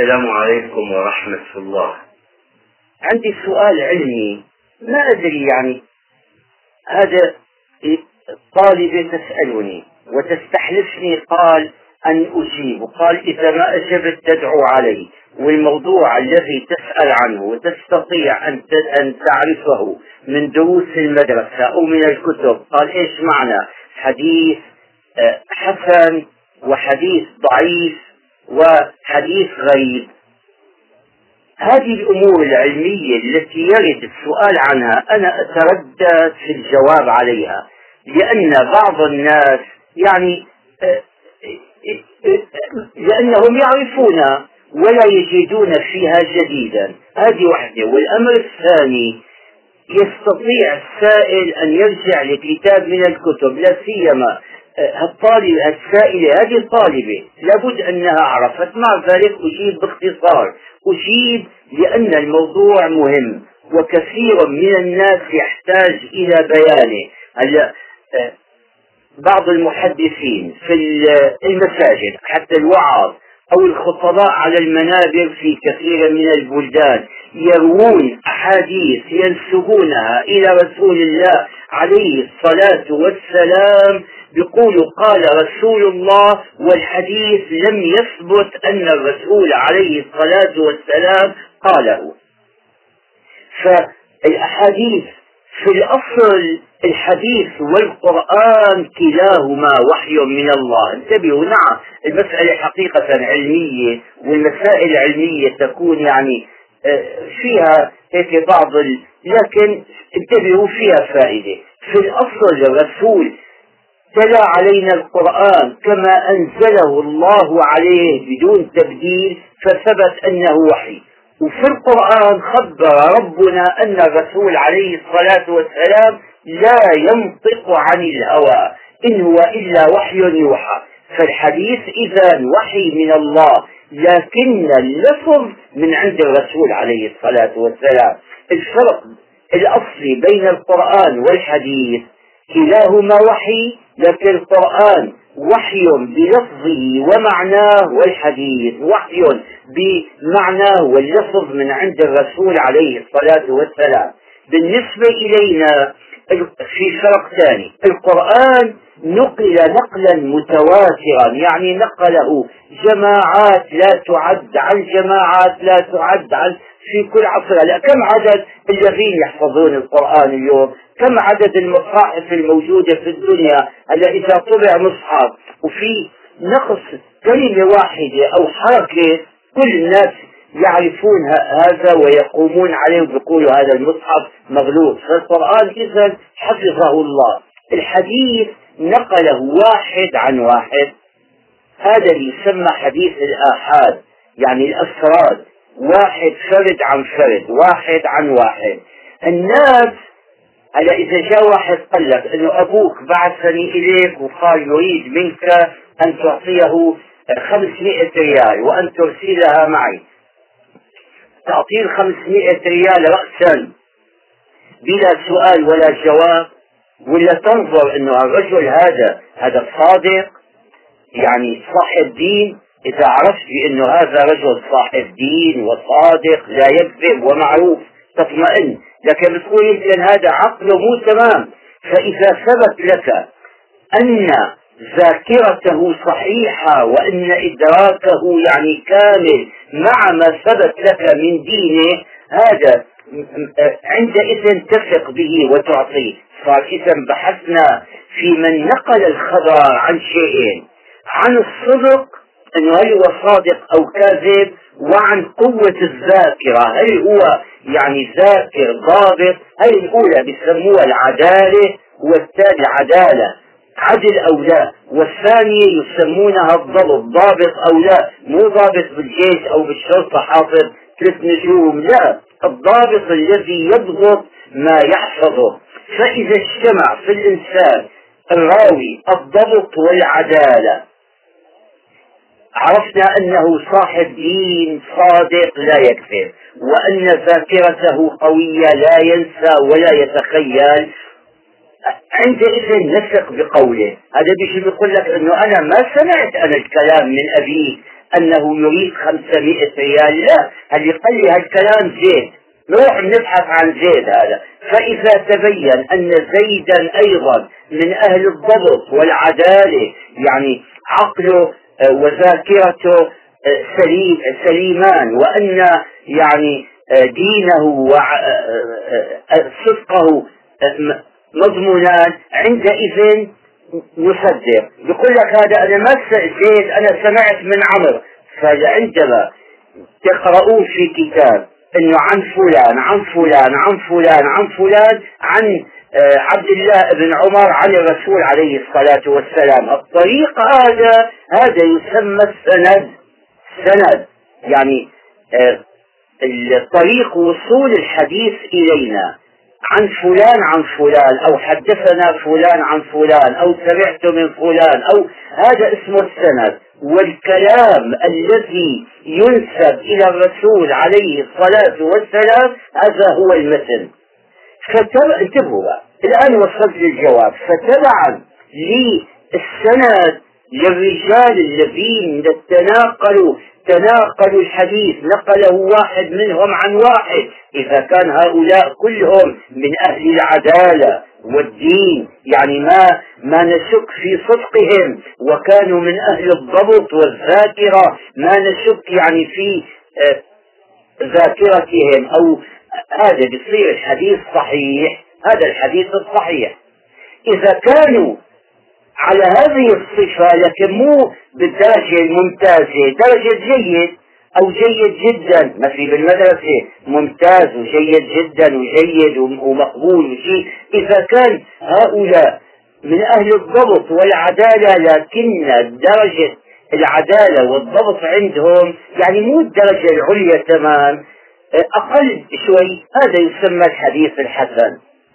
السلام عليكم ورحمة الله. عندي سؤال علمي، ما أدري يعني هذا طالبة تسألني وتستحلفني قال أن أجيب، وقال إذا ما أجبت تدعو علي، والموضوع الذي تسأل عنه وتستطيع أن تعرفه من دروس المدرسة أو من الكتب، قال إيش معنى حديث حسن وحديث ضعيف وحديث غريب. هذه الأمور العلمية التي يرد السؤال عنها أنا أتردد في الجواب عليها، لأن بعض الناس يعني لأنهم يعرفون ولا يجدون فيها جديدا. هذه واحدة. والأمر الثاني، يستطيع السائل أن يرجع لكتاب من الكتب، لا سيما السائلة هذه الطالبة لابد أنها عرفت، مع ذلك أجيب باختصار، أجيب لأن الموضوع مهم وكثير من الناس يحتاج إلى بيانه. هلا بعض المحدثين في المساجد حتى الوعظ أو الخطباء على المنابر في كثير من البلدان يروون أحاديث ينسبونها إلى رسول الله عليه الصلاة والسلام، بيقولوا قال رسول الله، والحديث لم يثبت أن الرسول عليه الصلاة والسلام قاله. فالأحاديث في الأصل الحديث والقرآن كلاهما وحي من الله. انتبهوا، نعم المسألة حقيقة علمية، والمسائل العلمية تكون يعني فيها هيك لكن انتبهوا فيها فائدة. في الأصل الرسول تلا علينا القرآن كما أنزله الله عليه بدون تبديل، فثبت أنه وحي. وفي القرآن خبر ربنا أن الرسول عليه الصلاة والسلام لا ينطق عن الهوى، إن هو إلا وحي يوحى. فالحديث إذن وحي من الله، لكن اللفظ من عند الرسول عليه الصلاة والسلام. الفرق الأصلي بين القرآن والحديث كلاهما وحي، لكن القرآن وحي بلفظه ومعناه، والحديث وحي بمعناه واللفظ من عند الرسول عليه الصلاة والسلام. بالنسبة إلينا في فرق ثاني، القرآن نقل نقلا متواترا، يعني نقله جماعات لا تعد عن جماعات لا تعد عن في كل عصر. لا، كم عدد الذين يحفظون القرآن اليوم؟ كم عدد المصاحف الموجودة في الدنيا؟ هلا إذا طبع مصحف وفي نقص كلمة واحدة أو حركة كل الناس يعرفون هذا ويقومون عليه ويقولوا هذا المصحف مغلوط. فالقرآن إذن حفظه الله. الحديث نقله واحد عن واحد، هذا اللي يسمى حديث الآحاد، يعني الأفراد، واحد فرد عن فرد، واحد عن واحد. الناس هلا إذا جاء واحد قال لك إنه أبوك بعثني إليك وقال يريد منك أن تعطيه 500 ريال وأن ترسلها معي، تعطيه 500 ريال رأسا بلا سؤال ولا جواب، ولا تنظر إنه الرجل هذا صادق يعني صاحب دين؟ إذا عرفت بأنه هذا رجل صاحب دين وصادق لا يكذب ومعروف تطمئن، لكن بتقول يمكن هذا عقله مو تمام. فإذا ثبت لك أن ذاكرته صحيحة وأن إدراكه يعني كامل مع ما ثبت لك من دينه، هذا عندئذ تثق به وتعطيه. صار إذا بحثنا في من نقل الخبر عن شيئين: عن الصدق أنه هل هو صادق أو كاذب، وعن قوة الذاكرة هل هو يعني ذاكر ضابط. هل الأولى بيسموها العدالة والثانية عدالة عدل أو لا، والثانية يسمونها الضبط ضابط أو لا، مو ضابط بالجيش أو بالشرطة حافظ 3 نجوم، لا، الضابط الذي يضبط ما يحفظه. فإذا اجتمع في الإنسان الراوي الضبط والعدالة، عرفنا أنه صاحب دين صادق لا يكذب، وأن ذاكرته قوية لا ينسى ولا يتخيل. عندئذ نثق بقوله. هذا بيجي بيقول لك انه انا ما سمعت انا الكلام من ابي أنه يريد 500 ريال، لا، هل يقال لي هالكلام زيد، نروح نبحث عن زيد هذا. فإذا تبين أن زيدا أيضا من أهل الضبط والعدالة، يعني عقله وذاكرته سليمان، وأن يعني دينه وصدقه مضمونان، عندئذ نصدق. يقول لك هذا أنا ما زيد، أنا سمعت من عمرو. فعندما تقرؤون في كتاب انه عن فلان عن فلان عن فلان عن فلان عن عبد الله بن عمر عن الرسول عليه الصلاة والسلام، الطريق هذا يسمى السند، يعني الطريق وصول الحديث إلينا عن فلان عن فلان، أو حدثنا فلان عن فلان، أو سمعت من فلان، أو هذا اسمه السند. والكلام الذي ينسب إلى الرسول عليه الصلاة والسلام هذا هو المتن. انتبهوا بقى، الآن وصلت للجواب. فتبعا للسند للرجال الذين تناقلوا الحديث، نقله واحد منهم عن واحد، إذا كان هؤلاء كلهم من أهل العدالة والدين، يعني ما نشك في صدقهم، وكانوا من أهل الضبط والذاكرة، ما نشك يعني في ذاكرتهم، أو هذا بيصير الحديث صحيح، هذا الحديث الصحيح. إذا كانوا على هذه الصفة، لكن مو بالدرجة الممتازة، درجة جيد أو جيد جدا، ما في بالمدرسة ممتاز وجيد جدا وجيد ومقبول وشيء. إذا كان هؤلاء من أهل الضبط والعدالة، لكن درجة العدالة والضبط عندهم يعني مو الدرجة العليا تمام، أقل شوي، هذا يسمى الحديث الحسن.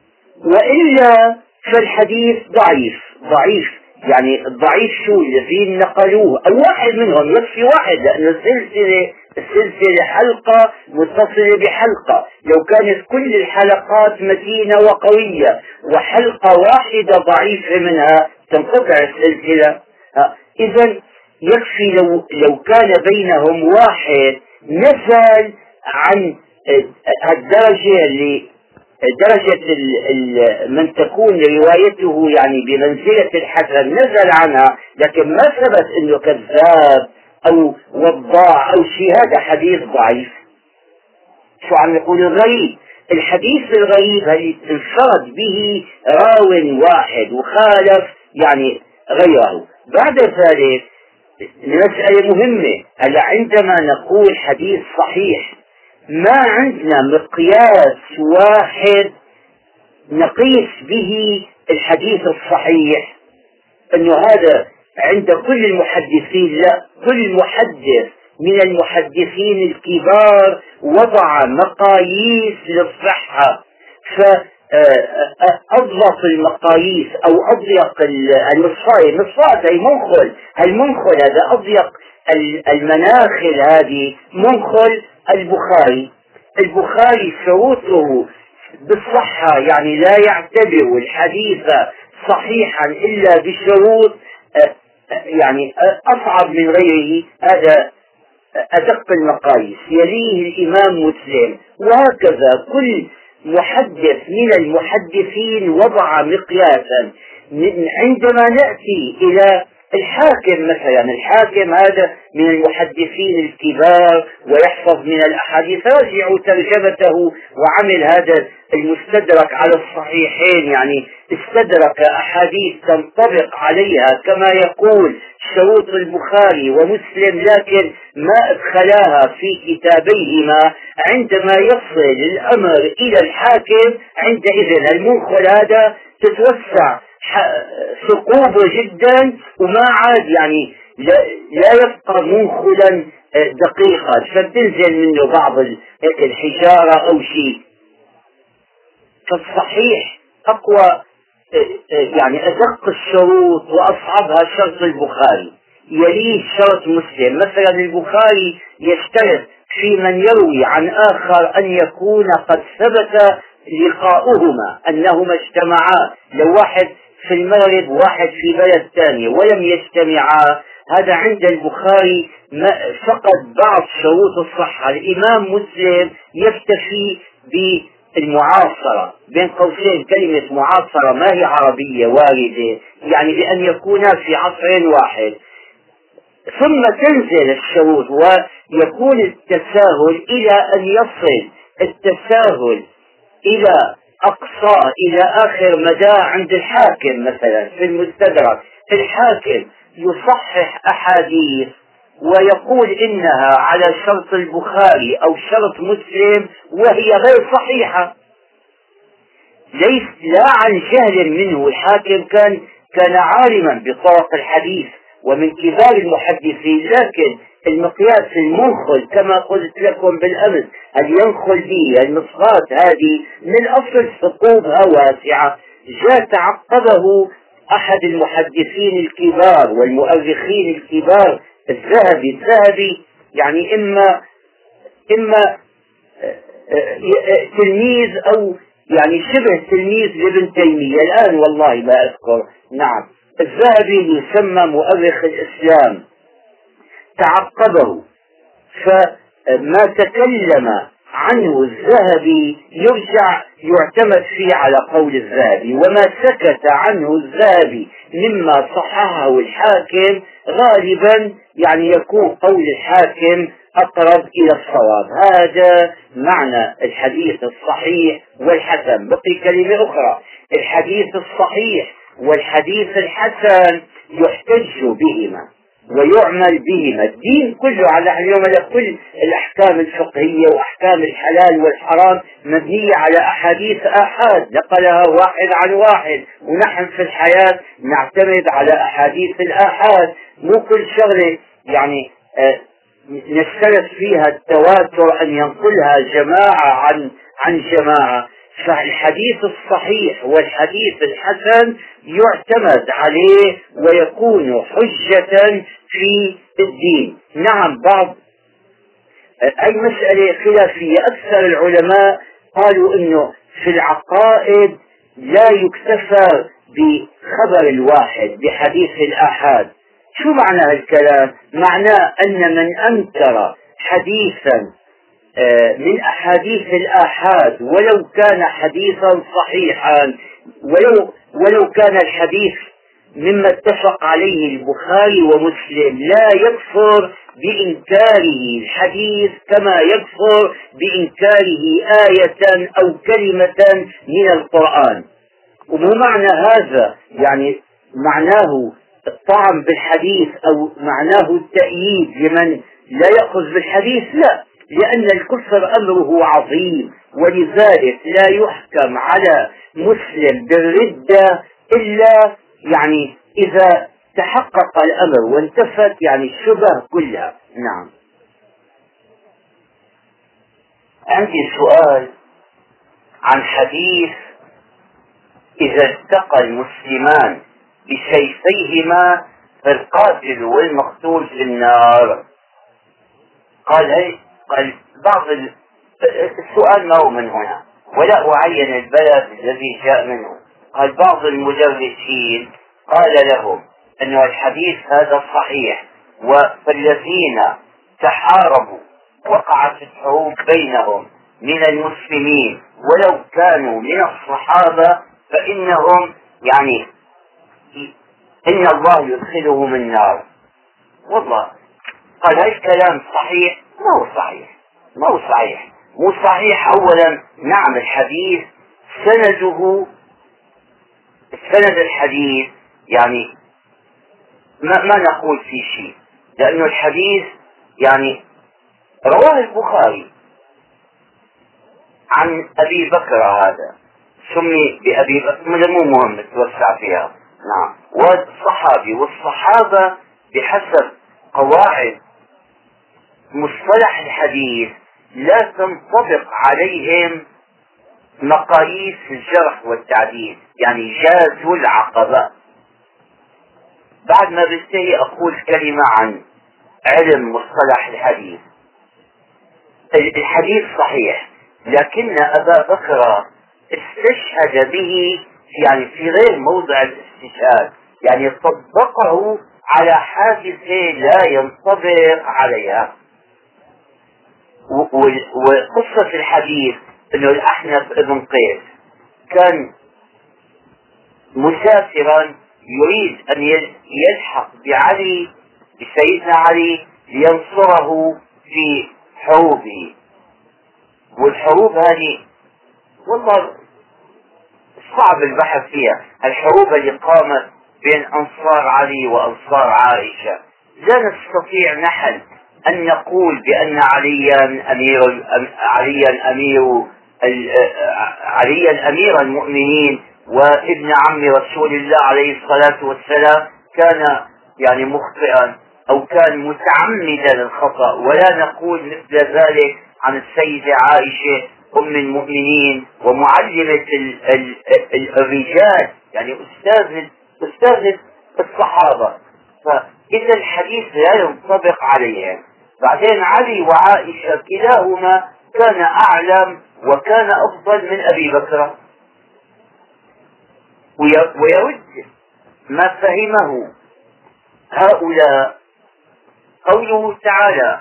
وإلا فالحديث ضعيف. يعني الضعيف شو؟ الذين نقلوه الواحد منهم يكفي واحد، لأن السلسلة حلقة متصلة بحلقة. لو كانت كل الحلقات متينة وقوية وحلقة واحدة ضعيفة منها تنقطع السلسلة. إذن يكفي لو كان بينهم واحد نزل عن الدرجة اللي درجة من تكون روايته يعني بمنزلة الحسن، نزل عنها، لكن ما ثبت انه كذاب او وضاع او شيء، هذا حديث ضعيف. شو عم يقول؟ الغريب، الحديث الغريب هل انفرد به راو واحد وخالف يعني غيره. بعد ذلك مسألة مهمة، هلا عندما نقول حديث صحيح ما عندنا مقياس واحد نقيس به الحديث الصحيح، انه هذا عند كل المحدثين، لا، كل محدث من المحدثين الكبار وضع مقاييس للصحة، فأضبط المقاييس أو أضيق المصفاة زي منخل، المنخل هذا أضيق المناخل، هذه منخل البخاري شروطه بالصحة، يعني لا يعتبر الحديث صحيحا إلا بشروط يعني أصعب من غيره، هذا أدق المقاييس. يليه الإمام مسلم، وهكذا كل محدث من المحدثين وضع مقياسا. عندما نأتي إلى الحاكم مثلا، الحاكم هذا من المحدثين الكبار ويحفظ من الأحاديث، راجعوا ترجمته، وعمل هذا المستدرك على الصحيحين، يعني استدرك أحاديث تنطبق عليها كما يقول شروط البخاري ومسلم، لكن ما أدخلاها في كتابيهما. عندما يصل الأمر إلى الحاكم، عندئذ المنخل هذا تتوسع ثقوبه جدا، وما عاد يعني لا يبقى منخلا دقيقا، فتنزل منه بعض الحجارة أو شيء. فالصحيح أقوى يعني أدق الشروط وأصعبها شرط البخاري، يليه شرط مسلم. مثلا البخاري يشترط في من يروي عن آخر أن يكون قد ثبت لقاؤهما، أنهما اجتمعا. لو واحد في المغرب وواحد في بلد ثاني ولم يجتمعا، هذا عند البخاري فقد بعض شروط الصحة. الإمام مسلم يكتفي بالمعاصرة، بين قوسين كلمة معاصرة ما هي عربية واردة، يعني بأن يكونا في عصر واحد، ثم تنزل الشروط ويكون التساهل إلى أن يصل التساهل إلى أقصى، إلى آخر مدى عند الحاكم. مثلا في المستدرك الحاكم يصحح أحاديث ويقول إنها على شرط البخاري أو شرط مسلم وهي غير صحيحة، ليس لا عن جهل منه. الحاكم كان عالما بطرق الحديث ومن كبار المحدثين، لكن المقياس المنخل كما قلت لكم بالأمس، هل ينخل به المصفات هذه من أصل ثقوبها واسعة، جاء تعقبه أحد المحدثين الكبار والمؤرخين الكبار الذهبي يعني إما تلميذ أو يعني شبه تلميذ لابن تيمية الآن، والله ما أذكر. نعم، الذهبي يسمى مؤرخ الإسلام، تعقبه، فما تكلم عنه الذهبي يرجع يعتمد فيه على قول الذهبي، وما سكت عنه الذهبي مما صححه الحاكم غالبا يعني يكون قول الحاكم أقرب إلى الصواب. هذا معنى الحديث الصحيح والحسن. بقي كلمة أخرى، الحديث الصحيح والحديث الحسن يحتج بهما ويعمل بهما. الدين كله على اليوم كل الأحكام الفقهية وأحكام الحلال والحرام مبنية على أحاديث آحاد نقلها واحد عن واحد، ونحن في الحياة نعتمد على أحاديث الآحاد. مو كل شغلة يعني نشترط فيها التواتر أن ينقلها جماعة عن جماعة. فالحديث الصحيح والحديث الحسن يعتمد عليه ويكون حجة في الدين. نعم، بعض أي مسألة خلافية، أكثر العلماء قالوا إنه في العقائد لا يكتفى بخبر الواحد بحديث الآحاد. شو معنى الكلام؟ معناه أن من أنكر حديثا من أحاديث الآحاد ولو كان حديثا صحيحا، ولو كان الحديث مما اتفق عليه البخاري ومسلم، لا يكفر بإنكاره الحديث كما يكفر بإنكاره آية أو كلمة من القرآن. ومو معنى هذا يعني معناه الطعن بالحديث أو معناه التأييد لمن لا يأخذ بالحديث، لا، لأن الكفر أمره عظيم، ولذلك لا يحكم على مسلم بالردة إلا يعني إذا تحقق الأمر وانتفت يعني الشبه كلها. نعم. عندي سؤال عن حديث إذا التقى المسلمان بسيفيهما فالقاتل والمقتول في النار. قال بعض السؤال ما هو من هنا ولا أعين البلد الذي جاء منه. قال بعض المدرسين قال لهم أن الحديث هذا صحيح، فالذين تحاربوا وقعت الحروب بينهم من المسلمين ولو كانوا من الصحابة فإنهم يعني إن الله يدخلهم النار. والله قال هذا الكلام صحيح؟ ما هو صحيح، ما هو صحيح، مو صحيح. أولا نعم الحديث سند الحديث يعني ما نقول في شيء، لأنه الحديث يعني رواه البخاري عن أبي بكر، هذا سمي بأبي بكر، مو مهم نتوسع فيها. نعم، والصحابي والصحابة بحسب قواعد مصطلح الحديث لا تنطبق عليهم مقاييس الجرح والتعديل، يعني جازوا العقبة. بعد ما بنتهي أقول كلمة عن علم مصطلح الحديث. الحديث صحيح، لكن أبا بكر استشهد به يعني في غير موضع الاستشهاد، يعني طبقه على حادثة لا ينطبق عليها. وقصة الحديث انه الأحنف ابن قيس كان مسافرا يريد ان يلحق بعلي، بسيدنا علي، لينصره في حروبه. والحروب هذه والله صعب البحث فيها، الحروب اللي قامت بين أنصار علي وأنصار عائشة. لا نستطيع نحن أن نقول بأن عليا أمير المؤمنين وابن عم رسول الله عليه الصلاة والسلام كان يعني مخطئا أو كان متعمدا الخطأ، ولا نقول مثل ذلك عن السيدة عائشة أم المؤمنين ومعلمة الرجال، يعني أستاذة الصحابة. فإذا الحديث لا ينطبق عليهم. بعدين علي وعائشة كلاهما كان أعلم وكان أفضل من أبي بكر، ويرد ما فهمه هؤلاء قوله تعالى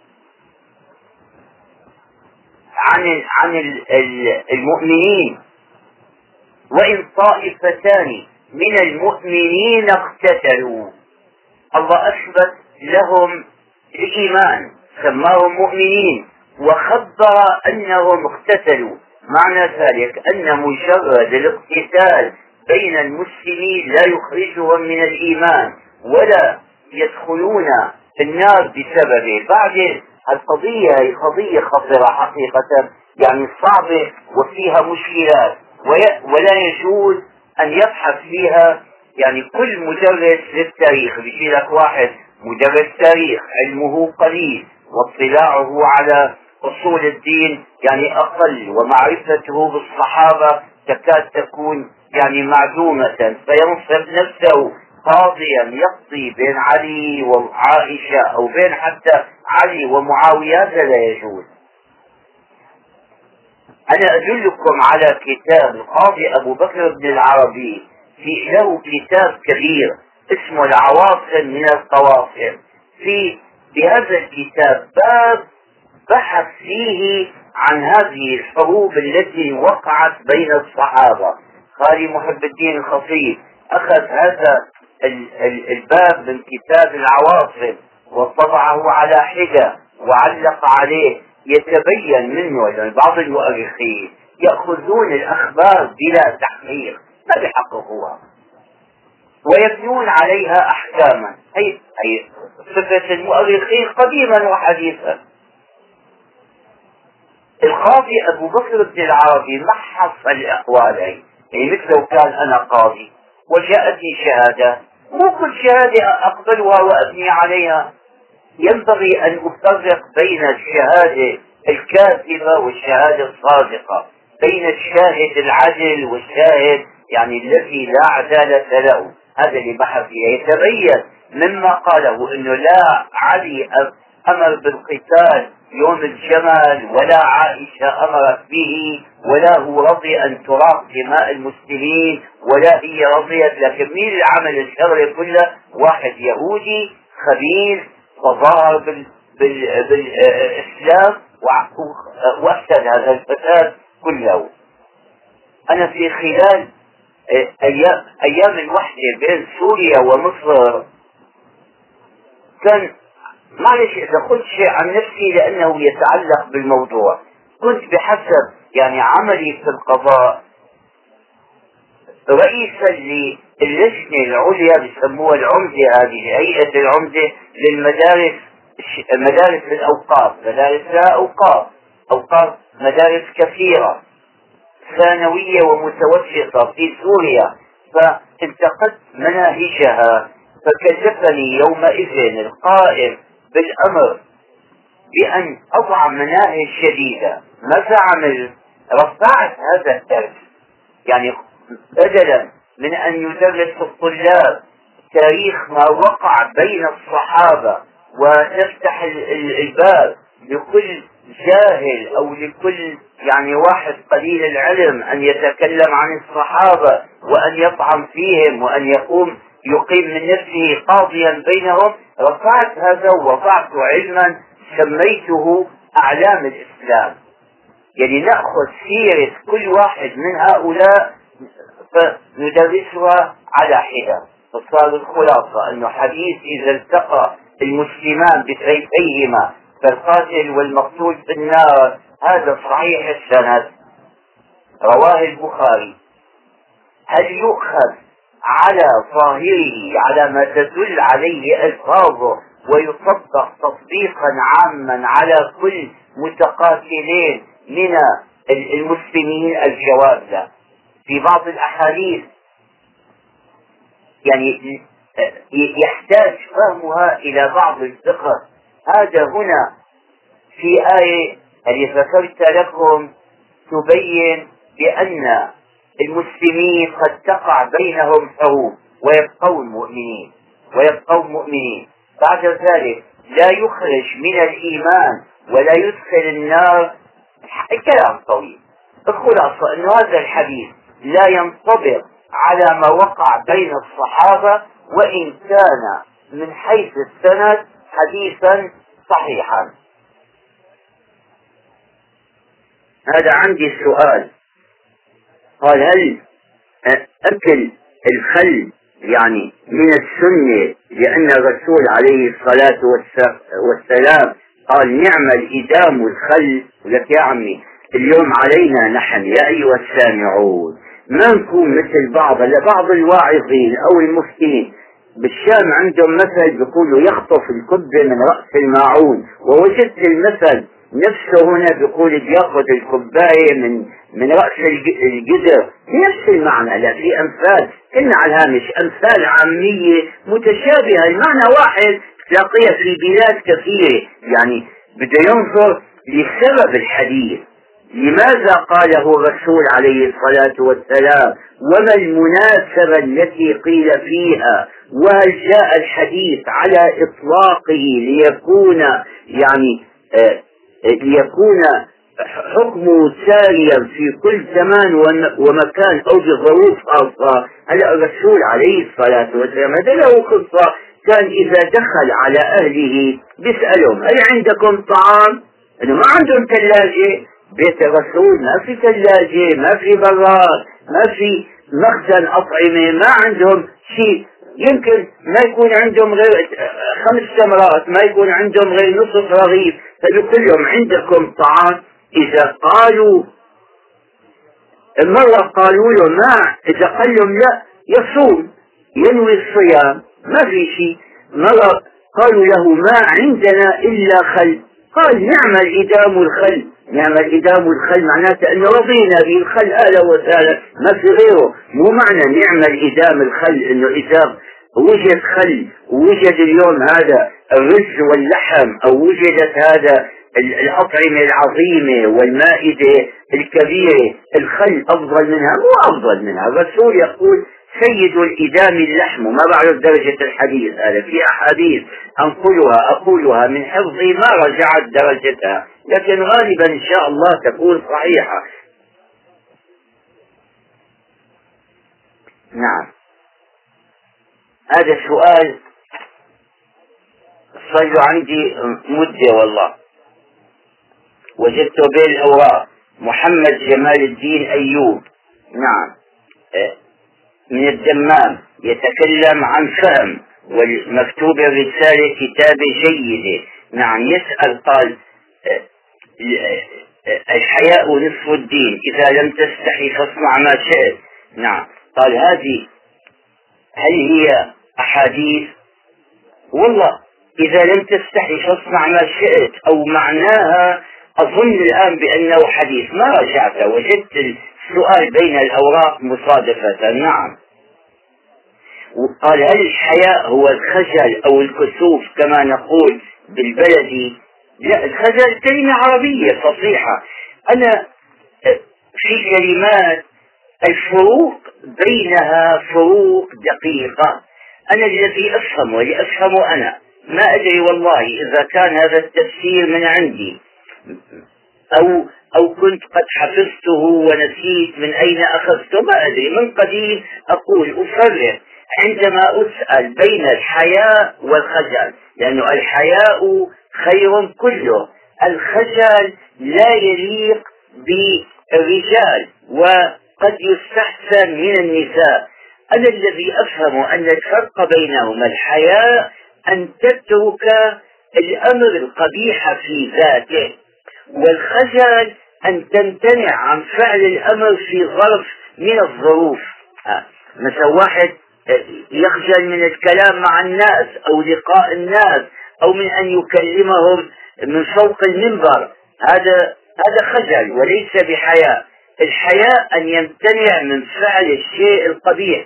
عن المؤمنين: وإن طائفتان من المؤمنين اقتتلوا. الله أثبت لهم الإيمان، سماهم مؤمنين، وخبر أنهم اقتتلوا. معنى ذلك أن مجرد الاقتتال بين المسلمين لا يخرجهم من الإيمان ولا يدخلون النار بسببه. بعد القضية هي قضية خطيرة حقيقة، يعني صعبة وفيها مشكلات، ولا يجوز أن يبحث فيها يعني كل مدرس للتاريخ. بيجي لك واحد مدرس تاريخ علمه قليل واطلاعه على أصول الدين يعني أقل، ومعرفته بالصحابة تكاد تكون يعني معدومة، فينصب نفسه قاضيا يقضي بين علي وعائشة أو بين حتى علي ومعاوية. هذا لا يجوز. أنا أدلكم على كتاب القاضي أبو بكر بن العربي، في له كتاب كبير اسمه العواصم من القواصم. في بهذا الكتاب باب بحث فيه عن هذه الحروب التي وقعت بين الصحابة. خالي محب الدين الخطيب أخذ هذا الباب من كتاب العواصم وطبعه على حدة وعلق عليه. يتبين منه أن بعض المؤرخين يأخذون الأخبار بلا تحقيق، ما بيحققوها ويبنون عليها أحكاما. هي صفة المؤرخين قديما وحديثا. القاضي أبو بكر بن العربي محص الأقوال، يعني مثل لو كان أنا قاضي وجاءتني شهادة، مو كل شهادة أقبلها وأبني عليها. ينبغي أن أفرق بين الشهادة الكاذبة والشهادة الصادقة، بين الشاهد العدل والشاهد يعني الذي لا عدالة له. هذا اللي بحث فيه. يتبين مما قاله أنه لا علي أمر بالقتال يوم الجمل ولا عائشة أمرت به ولا هو رضي أن تراق دماء المسلمين ولا هي رضيت. لكن مين اللي عمل الشر كله؟ واحد يهودي خبيث تظاهر بالإسلام وأفسد هذا الفساد كله. أنا في خلال أيام الوحدة بين سوريا ومصر كان، معلش إذا قلت شيء عن نفسي لأنه يتعلق بالموضوع، كنت بحسب يعني عملي في القضاء رئيسا للجنة العليا بيسموها العمدة، هذه هيئة العمدة للمدارس، مدارس الأوقاف، مدارس لا أوقاف مدارس كثيرة ثانوية ومتوسطة في سوريا. فانتقدت مناهجها، فكلفني يومئذ القائم بالأمر بأن أضع مناهج جديدة. ماذا عملت؟ رفعت هذا الدرس، يعني بدلا من أن يدرس الطلاب تاريخ ما وقع بين الصحابة ونفتح الباب لكل جاهل أو لكل يعني واحد قليل العلم أن يتكلم عن الصحابة وأن يطعن فيهم وأن يقوم يقيم من نفسه قاضيا بينهم، رفعت هذا ووضعت علما سميته أعلام الإسلام. يعني نأخذ سيرة كل واحد من هؤلاء فندرسها على حدة. فصار الخلاصة أنه حديث إذا التقى المسلمان بسيفيهما فالقاتل والمقتول في النار، هذا صحيح السند، رواه البخاري. هل يؤخذ على ظاهره على ما تدل عليه ألفاظه ويطبق تطبيقا عاما على كل متقاتلين من المسلمين؟ الجواب لا. في بعض الأحاديث يعني يحتاج فهمها إلى بعض الفقه. هذا هنا في آية اللي ذكرت لكم تبين بأن المسلمين قد تقع بينهم حروب ويبقون مؤمنين بعد ذلك لا يخرج من الإيمان ولا يدخل النار. الكلام طويل. الخلاصة أن هذا الحديث لا ينطبق على ما وقع بين الصحابة، وإن كان من حيث السند حديثا صحيحا. هذا عندي سؤال، قال هل أكل الخل يعني من السنة؟ لأن الرسول عليه الصلاة والسلام قال نعم الإدام الخل. لك يا عمي اليوم علينا نحن يا أيها السامعون ما نكون مثل بعض الواعظين أو المفتين. بالشام عندهم مثل بيقولوا يخطف الكبة من رأس الماعون، ووجدت المثل نفسه هنا بيقول بياخذ الكباية من رأس الجدر، نفس المعنى. لا في أمثال كنا على الهامش أمثال عامية متشابهة، المعنى واحد تلاقيها في بلاد كثيرة. يعني بده ينظر لسبب الحديث، لماذا قاله الرسول عليه الصلاة والسلام، وما المناسبة التي قيل فيها، وهل جاء الحديث على إطلاقه ليكون يعني ليكون حكمه ساريا في كل زمان ومكان أو بظروف خاصة. هلا الرسول عليه الصلاة والسلام هذا له قصة، كان إذا دخل على أهله بيسألهم هل عندكم طعام؟ إنه ما عندهم ثلاجة. بيت الرسول ما في ثلاجة، ما في براد، ما في مخزن أطعمة، ما عندهم شيء. يمكن ما يكون عندهم غير 5 تمرات، ما يكون عندهم غير نصف رغيف. فقال لهم عندكم طعام؟ إذا قالوا مرة قالوا له ما، إذا قال لهم لا يصوم ينوي الصيام ما في شيء. مرة قالوا له ما عندنا إلا خل، قال نعم الإدام الخل. نعم الإدام الخل معناته أنه رضينا به الخل أهلا وسهلا ما في غيره. مو معنى نعم الإدام الخل أنه إذا وجد خل ووجد اليوم هذا الرز واللحم أو وجدت هذا الأطعمة العظيمة والمائدة الكبيرة الخل أفضل منها. مو أفضل منها، الرسول يقول سيد الإدام اللحم. وما بعرف درجة الحديث هذا، في أحاديث أقولها من حفظي ما رجعت درجتها، لكن غالبا إن شاء الله تكون صحيحة. نعم هذا سؤال صار عندي مدة والله، وجدته بين الأوراق. محمد جمال الدين أيوب، نعم، من الدمام، يتكلم عن فهم والمكتوب الرسالة كتابة جيدة. نعم يسأل قال الحياء نصف الدين، إذا لم تستحي فاصنع ما شئت. نعم قال هذه هل هي أحاديث؟ والله إذا لم تستحي فاصنع ما شئت أو معناها أظن الآن بأنه حديث، ما رجعت وجدت السؤال بين الأوراق مصادفة. نعم. وقال هل الحياء هو الخجل أو الكسوف كما نقول بالبلدي؟ لا، الخجل كلمة عربية فصيحة. أنا في كلمات الفروق بينها فروق دقيقة، أنا الذي أفهم ولأفهمه أنا، ما أدري والله إذا كان هذا التفسير من عندي أو كنت قد حفظته ونسيت من أين أخذته، ما أدري. من قديم أقول أفرق عندما أسأل بين الحياء والخجل، لأنه الحياء خير كله، الخجل لا يليق بالرجال وقد يستحسن من النساء. أنا الذي أفهم أن الفرق بينهما الحياء أن تترك الأمر القبيح في ذاته، والخجل أن تمتنع عن فعل الأمر في ظرف من الظروف. مثلا واحد يخجل من الكلام مع الناس أو لقاء الناس أو من أن يكلمهم من فوق المنبر، هذا خجل وليس بحياء. الحياء أن يمتنع من فعل الشيء القبيح.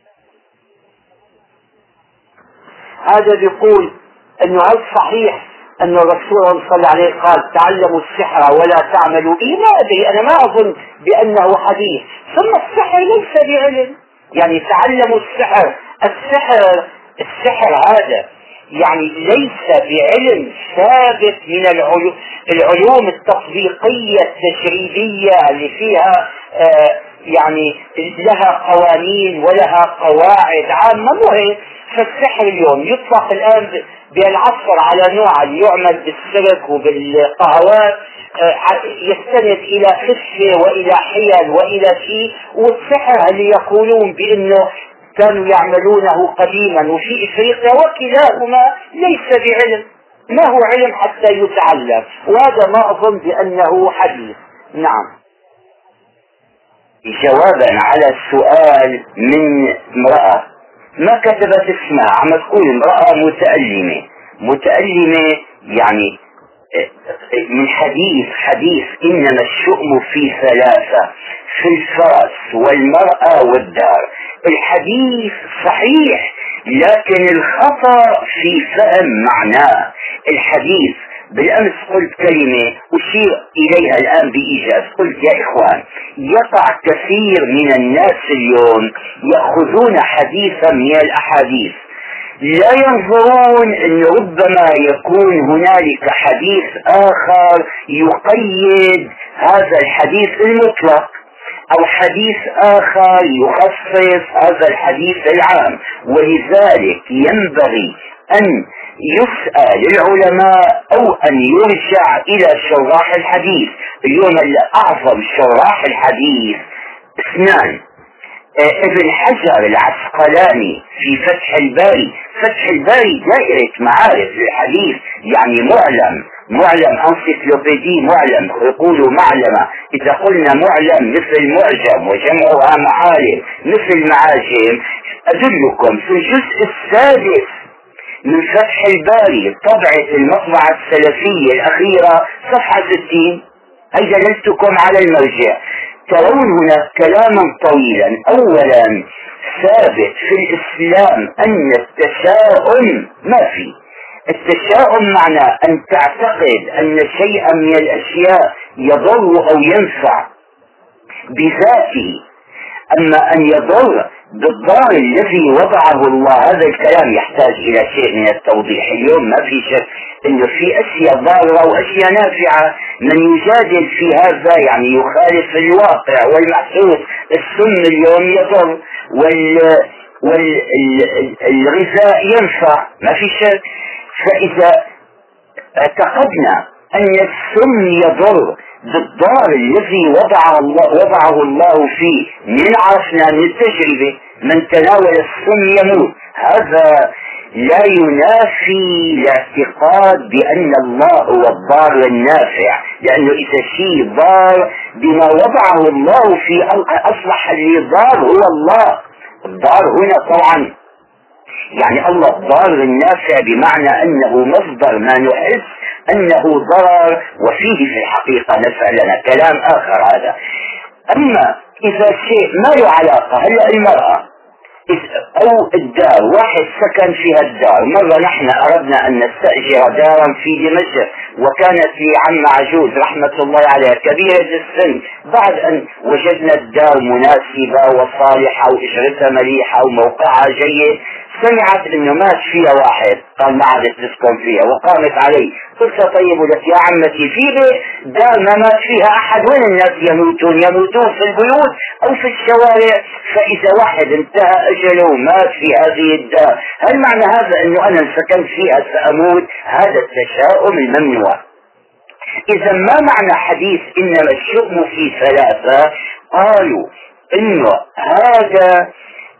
هذا بيقول أنه هل صحيح أن الرسول صلى الله عليه قال تعلموا السحر ولا تعملوا به؟ ما أدري، أنا ما أظن بأنه حديث. ثم السحر ليس بعلم، يعني تعلموا السحر، السحر هذا يعني ليس بعلم ثابت من العلوم التطبيقية التجريبية اللي فيها يعني لها قوانين ولها قواعد عامة. مهم. فالسحر اليوم يطلق الآن بالعصر على نوع اللي يعمل بالسرك وبالقهوات، يستند إلى خفة وإلى حيل وإلى شيء. والسحر اللي يقولون بأنه كانوا يعملونه قديما وفي إفريقيا، وكلاهما ليس بعلم، ما هو علم حتى يتعلم، وهذا ما أظن بأنه حديث. نعم. جوابا على السؤال من امرأة ما كتبت اسمها، عم تقول امرأة متألمة يعني من حديث إنما الشؤم في ثلاثة، في الفرس والمرأة والدار. الحديث صحيح لكن الخطأ في فهم معناه. الحديث بالأمس قلت كلمة أشير إليها الآن بإيجاز، قلت يا إخوان يقع كثير من الناس اليوم يأخذون حديثا من الأحاديث لا ينظرون أن ربما يكون هنالك حديث آخر يقيد هذا الحديث المطلق، أو حديث آخر يخصص هذا الحديث العام. ولذلك ينبغي أن يسأل العلماء أو أن يرجع إلى شراح الحديث. اليوم أعظم شراح الحديث اثنان، ابن حجر العسقلاني في فتح الباري دائرة معارف الحديث، يعني معلم انسيكلوبيدي، معلم يقولوا معلمة. إذا قلنا معلم مثل معجم وجمعها معالم مثل معاجم. أدلكم في الجزء السادس من فتح الباري طبعة المطبعة السلفية الأخيرة صفحة 60، هي دللتكم على المرجع. ترون هنا كلاما طويلا. أولا ثابت في الإسلام أن التشاؤم ما في. التشاؤم معنى أن تعتقد أن شيئا من الأشياء يضر أو ينفع بذاته، أما أن يضر بالضرر الذي وضعه الله، هذا الكلام يحتاج إلى شيء من التوضيح. اليوم ما في شك أنه في أشياء ضارة وأشياء نافعة. من يجادل في هذا يعني يخالف الواقع والمحسوس. السم اليوم يضر والغذاء ينفع، ما في شك. فإذا اعتقدنا أن السم يضر بالضار الذي وضعه الله فيه، من عرفنا من التجربة من تناول السم يموت. هذا لا ينافي الاعتقاد بأن الله هو الضار النافع، لأنه إذا شيء ضار بما وضعه الله فيه أصبح اللي ضار هو الله. الضار هنا طبعا يعني الله الضار النافع بمعنى أنه مصدر ما نحس أنه ضرر وفيه في الحقيقة نفع لنا، كلام آخر هذا. أما إذا شيء ما له علاقة، هلأ المرأة أو الدار، واحد سكن فيها الدار. مرة نحن أردنا أن نستأجر دارا في دمشق، وكانت لي عم عجوز رحمة الله عليها كبيرة السن. بعد أن وجدنا الدار مناسبة وصالحة وإجرتها مليحة وموقعها جيد، سمعت أنه مات فيها واحد. قال ما عادت تسكن فيها وقامت عليه. قلت طيب لك يا عمتي في دار ما مات فيها أحد، وين الناس يموتون في البيوت أو في الشوارع، فإذا واحد انتهى أجله ومات في هذه الدار، هل معنى هذا أنه أنا سكنت فيها سأموت؟ هذا التشاؤم الممنوع. إذا ما معنى حديث إنما الشؤم في ثلاثة؟ قالوا إنه هذا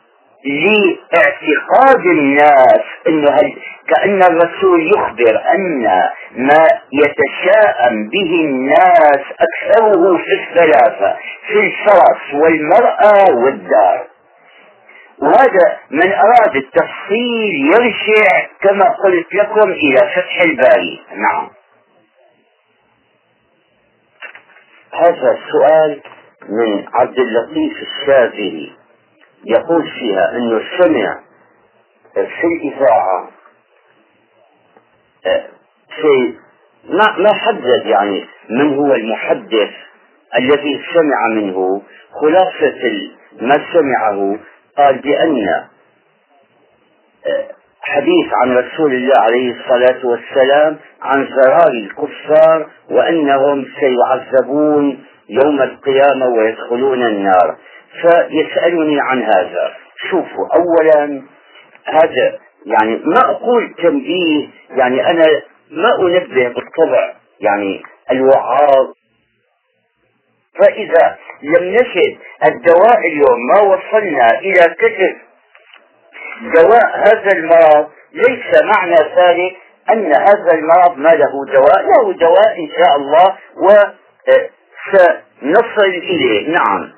لاعتقاد الناس انه كأن الرسول يخبر ان ما يتشاءم به الناس اكثره في الثلاثة، في الفرس والمرأة والدار. وهذا من اراد التفصيل يرجع كما قلت لكم الى فتح الباري. نعم. هذا السؤال من عبد اللطيف الشاذلي، يقول فيها انه سمع في الاذاعه في ما حدد يعني من هو المحدث الذي سمع منه، خلاصة ما سمعه قال بأن حديث عن رسول الله عليه الصلاة والسلام عن زرار الكفار وأنهم سيعذبون يوم القيامة ويدخلون النار. فيسألني عن هذا. شوفوا، أولا هذا يعني ما أقول تنبيه، يعني أنا ما أنبه بالطبع يعني الوعاظ. فإذا لم نجد الدواء اليوم ما وصلنا إلى كتب دواء هذا المرض، ليس معنى ذلك أن هذا المرض ما له دواء، له دواء إن شاء الله وسنصل إليه. نعم.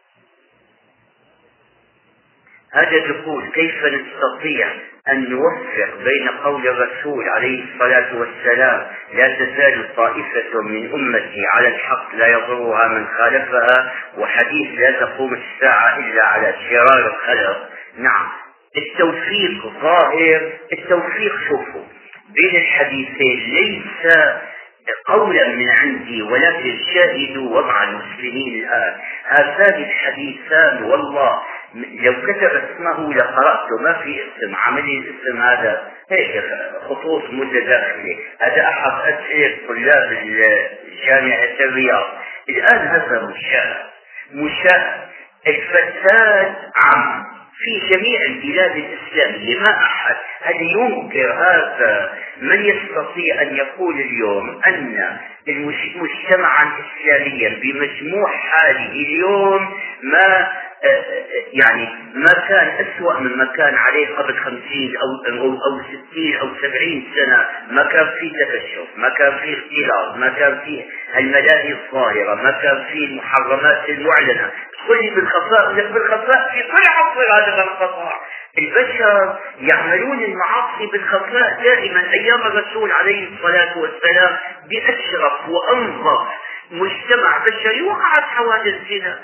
هذا يقول كيف نستطيع أن نوفق بين قول الرسول عليه الصلاة والسلام لا تزال طائفة من أمتي على الحق لا يضرها من خالفها، وحديث لا تقوم الساعة إلا على شرار الخلق. نعم، التوفيق ظاهر. التوفيق شوفوا بين الحديثين ليس قولا من عندي، ولكن شاهدوا وضع المسلمين الآن. هذان الحديثان والله لو كتب اسمه لقرأته، ما في اسم عملي. الاسم هذا هيك خطوط متداخلة. هذا أحد أسئلة طلاب جامعة الرياض. الآن هذا مشاهد الفساد عام في جميع البلاد الإسلامية. ما أحد هل ينكر هذا؟ من يستطيع أن يقول اليوم أن مجتمعا إسلاميا بمجموع حاله اليوم ما كان أسوأ مما كان عليه قبل 50 أو 60 أو 70 سنة؟ ما كان فيه تفشف، ما كان فيه اختلاط، ما كان فيه الملاهي الظاهرة، ما كان فيه المحرمات المعلنة. كل بالخفاء في كل عصر هذا الخطأ. البشر يعملون المعاصي بالخفاء دائما. أيام الرسول عليه الصلاة والسلام بأشرف وأنظف مجتمع بشري وقعت حوادث زنا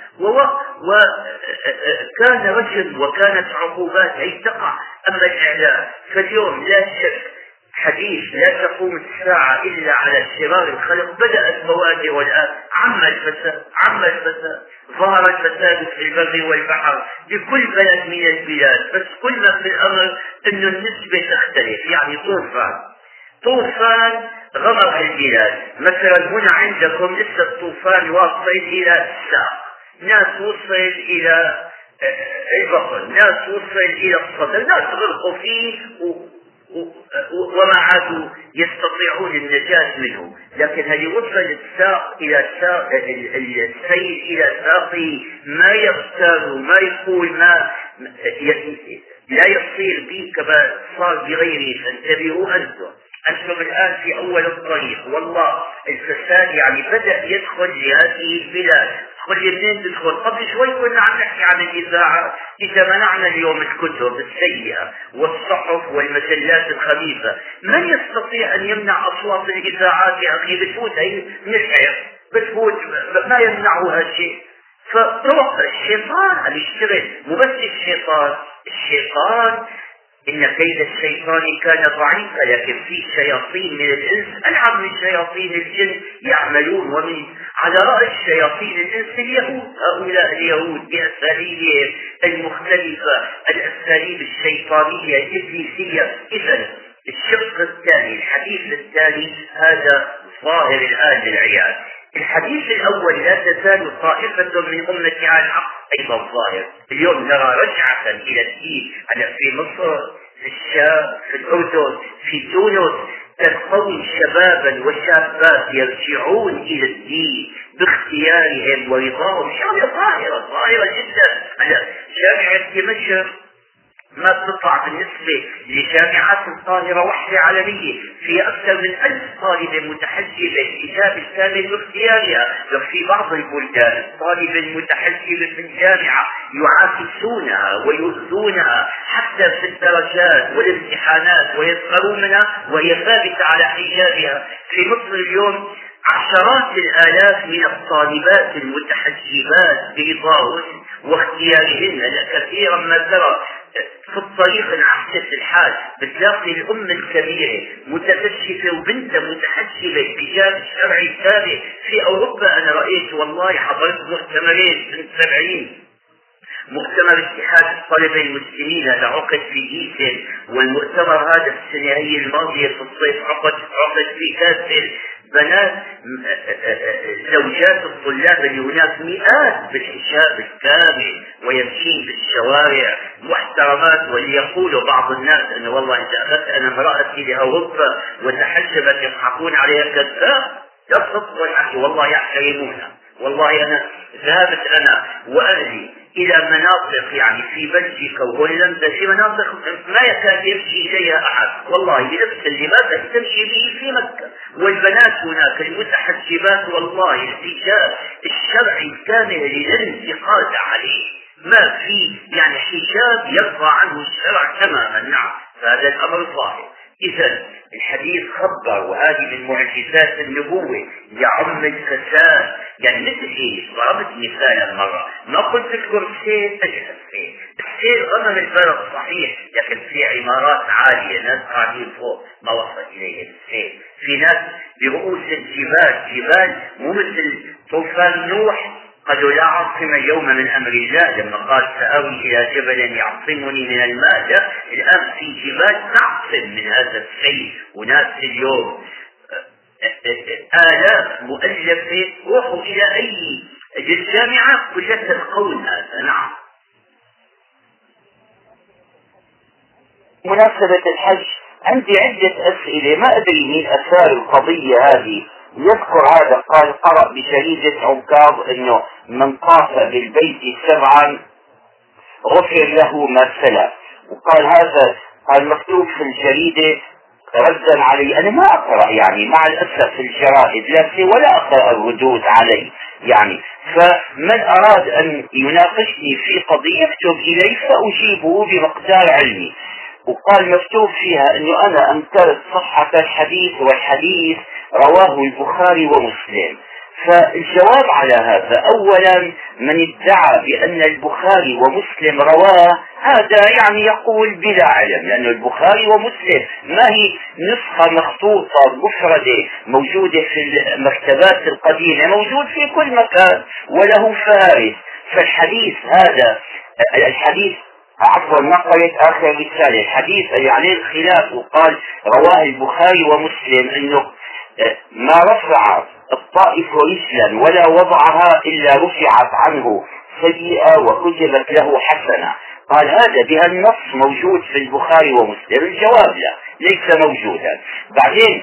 وكان رجل وكانت عقوبات أي تقع. أما الإعلام فاليوم لا شك حديث لا تقوم الساعة إلا على شرار الخلق بدأت بوادر، والآن عم الفساد ظهر الفساد في البر والبحر بكل بلد من البلاد. بس كل ما في الأمر أن النسبة تختلف. يعني طوفان غمر البلاد. مثلا هنا عندكم لسه الطوفان واصل إلى الساق، ناس وصل إلى البطن، ناس وصل إلى الصدر، ناس غرقوا فيه وما عادوا يستطيعون النجاة منه. لكن هل وصل الساق إلى السيل إلى ساقه ما يغتال ما يقول ما لا يصير به كما صار بغيره. فانتبهوا أنتم الآن في أول الطريق. والله الفساد يعني بدأ يدخل لهذه البلاد. تقول منين تدخل؟ قبل شوي كنا عم نحكي عن الإذاعة. إذا منعنا اليوم الكتب السيئة والصحف والمجلات الخبيثة، من يستطيع أن يمنع أصوات الإذاعات؟ يا أخي بتفوت هي نشعر، بتفوت ما يمنعها شيء. فطرق الشيطان عم يشتغل. مو بس الشيطان إن كيد الشيطان كان ضعيفا، لكن في شياطين من الإنس ألعب من شياطين الجن يعملون. ومن على رأس شياطين الإنس اليهود. هؤلاء اليهود بأساليبهم المختلفة، الأساليب الشيطانية الإبليسية. إذن الشق الثاني، الحديث الثاني هذا ظاهر الآن للعيان. الحديث الأول لا تزال طائفة من أمتي على الحق أيضا ظاهر. اليوم نرى رجعة إلى الدين في مصر، في الشام، في الأردن، في تونس، تلقون شبابا وشابات يرجعون إلى الدين باختيارهم ورضاهم. شغلة ظاهرة جدا. جامعة دمشق ما بتطلع بالنسبة لجامعات القاهرة وحدة عالمية في أكثر من 1000 طالبة متحجبة الحجاب الكامل باختيارها. وفي بعض البلدان الطالبة المتحجبة من جامعة يعاكسونها ويؤذونها حتى في الدرجات والامتحانات ويسخرون منها وهي ثابتة على حجابها. في مصر اليوم عشرات الآلاف من الطالبات المتحجبات برضاهن واختيارهن. كثيرا ما ترى في الطريق العكس الحال بتلاقي الأم الكبيرة متكشفة وبنتها متحجبة بحجاب الشرعي الثابت. في أوروبا أنا رأيت والله حضرت مؤتمرين من 70، مؤتمر اتحاد الطلبة المسلمين هذا عقد في جيسن، والمؤتمر هذا السنة هي الماضية في الصيف عقد في كاسل. بنات زوجات الطلاب اللي هناك مئات بالحجاب الكامل ويمشين بالشوارع محترمات، وليقول بعض الناس انه والله اذا اخذت انا امرأتي لاوروبا وتحجبت يضحكون عليها كذاب. لا تصدق والحكي والله يحترمونها. والله انا ذهبت انا واهلي الى مناطق يعني في بلجيكا وهولندا، في مناطق ما يكاد يمشي اليها احد والله بنفس اللباس الذي تمشي به في مكة. والبنات هناك المتحجبات والله الحجاب الشرعي الكامل للانتقاد عليه، ما في يعني حجاب يرفع عنه الشرع تماما. نعم، فهذا الامر ظاهر. إذا الحديث خبر، وهذه من معجزات النبوة يعم الفساد. يعني مثل ايش؟ ضربت مثالا مرة، ما قلت لكم السيل اجهز فيه، السيل غمم البلد صحيح، لكن في عمارات عالية ناس قاعدين فوق ما وصل اليه السيل. في ناس برؤوس الجبال مو مثل طوفان نوح، قالوا لا عاصم اليوم من أمر الله لما قال سآوي إلى جبل يعصمني من الماء. الآن في جبال تعصم من هذا السيل، وناس اليوم آلاف مؤلفة روحوا إلى أي الجامعة كلها تلقون هذا. نعم. مناسبة الحج عندي عدة أسئلة، ما أدري مين أثار القضية هذه. يذكر هذا قال قرأ بجريدة عكاظ انه من طاف بالبيت 7 غفر له ما سلف، وقال هذا قال مكتوب في الجريدة ردا علي. انا ما اقرأ يعني مع الاسف الجرائد لكن ولا اقرأ الردود علي يعني، فمن اراد ان يناقشني في قضية يكتب الي فاجيبه بمقدار علمي. وقال مكتوب فيها انه انا انكرت صحة الحديث، والحديث رواه البخاري ومسلم. فالجواب على هذا، اولا من ادعى بان البخاري ومسلم رواه هذا يعني يقول بلا علم، لان البخاري ومسلم ما هي نسخة مخطوطة مفردة موجودة في المكتبات القديمة، موجود في كل مكان وله فارس. فالحديث هذا الحديث عفوا نقلت اخر رسالة، الحديث اللي عليه الخلاف وقال رواه البخاري ومسلم انه ما رفع الطائف رجلا ولا وضعها الا رفعت عنه سيئة وكتبت له حسنة. قال هذا بها النص موجود في البخاري ومسلم. الجواب لا، ليس موجودا. بعدين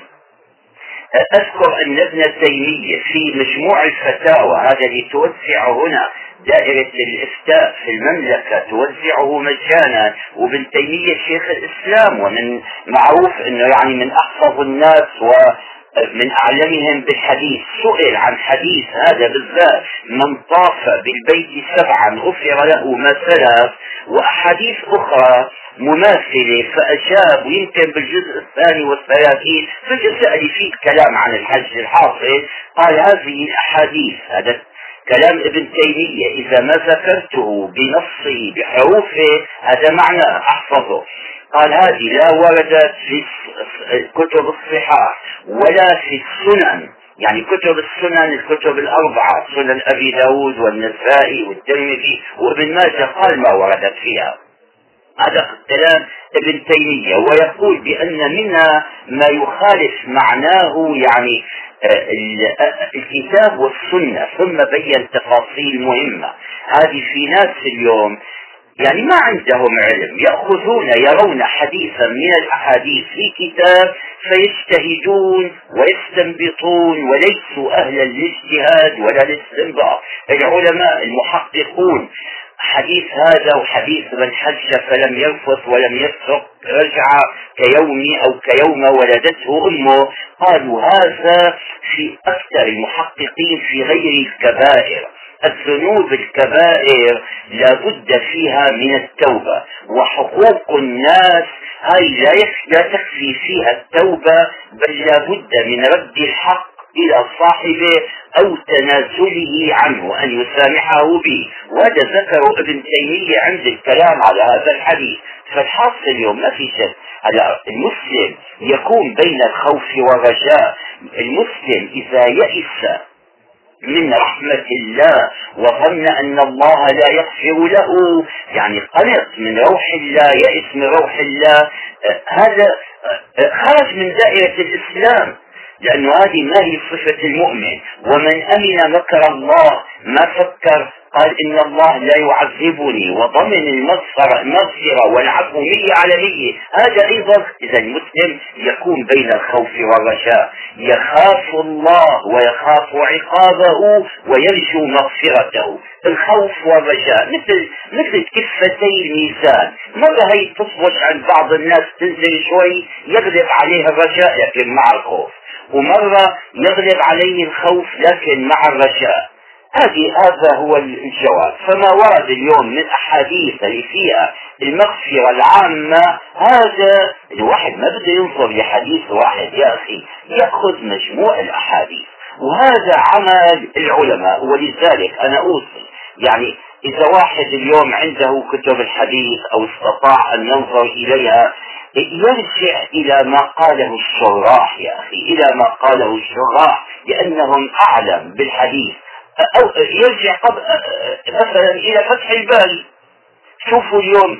اذكر ان ابن تيمية في مجموع الفتاوى هذا اللي توسع هنا دائرة الإفتاء في المملكة توزعه مجانا، وابن تيمية شيخ الإسلام ومن معروف أنه يعني من أحفظ الناس ومن أعلمهم بالحديث، سئل عن حديث هذا بالذات من طاف بالبيت 7 غفر له ما سلف، وأحاديث أخرى مماثلة، فأجاب ويمكن بالجزء 32 في الجزء اللي فيه الكلام عن الحج الحاصل قال هذه الأحاديث، هذا كلام ابن تيمية إذا ما ذكرته بنصه بحروفه هذا معنى أحفظه. قال هذه لا وردت في كتب الصحاح ولا في السنن، يعني كتب السنن الكتب الأربعة، سنن أبي داود والنسائي والترمذي وابن ماجه قال ما وردت فيها. هذا كلام ابن تيمية، ويقول بأن منها ما يخالف معناه يعني الكتاب والسنة، ثم بين تفاصيل مهمة. هذه في ناس اليوم يعني ما عندهم علم، يأخذون يرون حديثا من الأحاديث في كتاب فيجتهدون ويستنبطون، وليسوا أهلا للاجتهاد ولا للاستنباط. العلماء المحققون حديث هذا وحديث من حج فلم يرفث ولم يفسق رجع كيوم أو كيوم ولدته أمه، قالوا هذا في أكثر المحققين في غير الكبائر. الذنوب الكبائر لا بد فيها من التوبة، وحقوق الناس هاي لا تكفي فيها التوبة، بل لا بد من رد الحق إلى صاحبه أو تنازله عنه، أن يسامحه به. وهذا ذكر ابن تيمية عند الكلام على هذا الحديث. فالحاصل اليوم ما في شك على المسلم يكون بين الخوف والرجاء. المسلم إذا يئس من رحمة الله وظن أن الله لا يغفر له، يعني قنط من روح الله، يئس من روح الله، هذا خرج من دائرة الإسلام، لأن هذه ما هي صفة المؤمن. ومن أمن مكر الله ما فكر قال إن الله لا يعذبني، وضمن المغفرة والعفو 100%. هذا أيضا إذا المسلم يكون بين الخوف والرجاء، يخاف الله ويخاف عقابه ويرجو مغفرته. الخوف والرجاء مثل كفتي الميزان، مرة هي تصبح عند بعض الناس تنزل شوي يغلب عليه الرجاء لكن مع الخوف، ومرة يغلب عليه الخوف لكن مع الرجاء. هذا هو الجواب. فما ورد اليوم من أحاديث اللي فيها المغفرة العامة، هذا الواحد ما بده ينظر لحديث واحد يا أخي، يأخذ مجموع الأحاديث، وهذا عمل العلماء. ولذلك أنا أوصي يعني إذا واحد اليوم عنده كتب الحديث أو استطاع أن ينظر إليها، يرجع إلى ما قاله الشراح يا أخي، إلى ما قاله الشراح، لأنهم أعلم بالحديث. أو يرجع مثلا إلى فتح الباري. شوفوا اليوم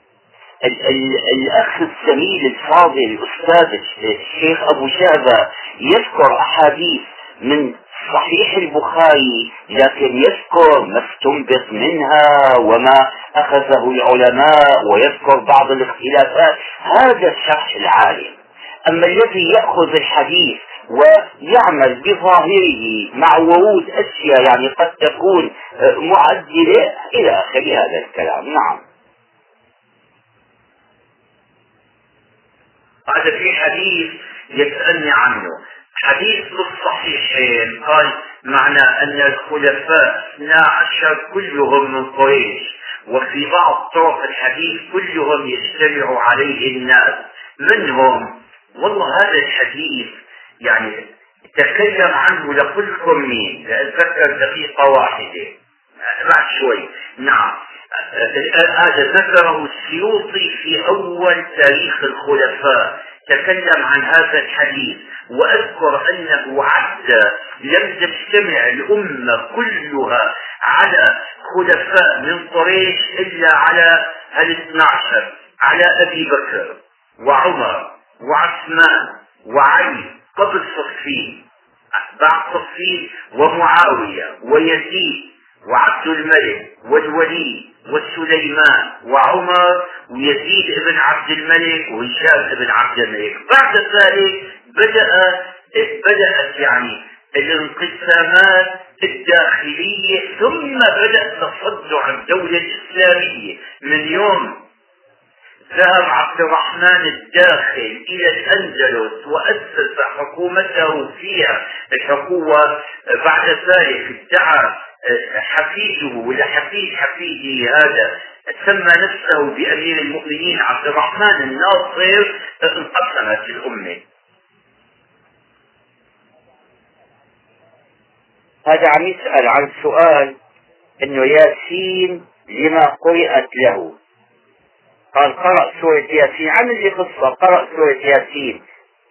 الأخ السميل الفاضل الأستاذ الشيخ أبو شعبة يذكر أحاديث من صحيح البخاري، لكن يذكر ما استنبط منها وما أخذه العلماء، ويذكر بعض الاختلافات. هذا الشرح العالم. أما الذي يأخذ الحديث ويعمل بظاهره مع ورود أشياء يعني قد تكون معدلة إلى آخر هذا الكلام. نعم. هذا في حديث يسألني عنه، حديث الصحيحين، قال معنى أن الخلفاء 12 كلهم من قريش، وفي بعض طرق الحديث كلهم يجتمع عليه الناس. منهم والله هذا الحديث يعني تكلم عنه لكلكم مين، لأتذكر دقيقة واحدة بعد شوي. نعم، هذا ذكره السيوطي في أول تاريخ الخلفاء، تكلم عن هذا الحديث، وأذكر أنه عد لم تجتمع الأمة كلها على خلفاء من قريش إلا على 12، على أبي بكر وعمر وعثمان وعلي قبل صفين، بعد صفين ومعاوية ويزيد وعبد الملك والوليد وسليمان وعمر ويزيد ابن عبد الملك وهشام ابن عبد الملك. بعد ذلك بدأت يعني الانقسامات الداخلية، ثم بدأ تصدع الدولة الإسلامية. من يوم ذهب عبد الرحمن الداخل إلى الأندلس وأسس حكومته فيها الحكومة، بعد ذلك ادعى حفيده ولا حفيده هذا سمى نفسه بأمير المؤمنين عبد الرحمن الناصر، انقسمت الأمة. هذا عم يسأل عن سؤال انه ياسين لما قرأت له، قال قرأ سورة ياسين، عمل لي قصة، قرأ سورة ياسين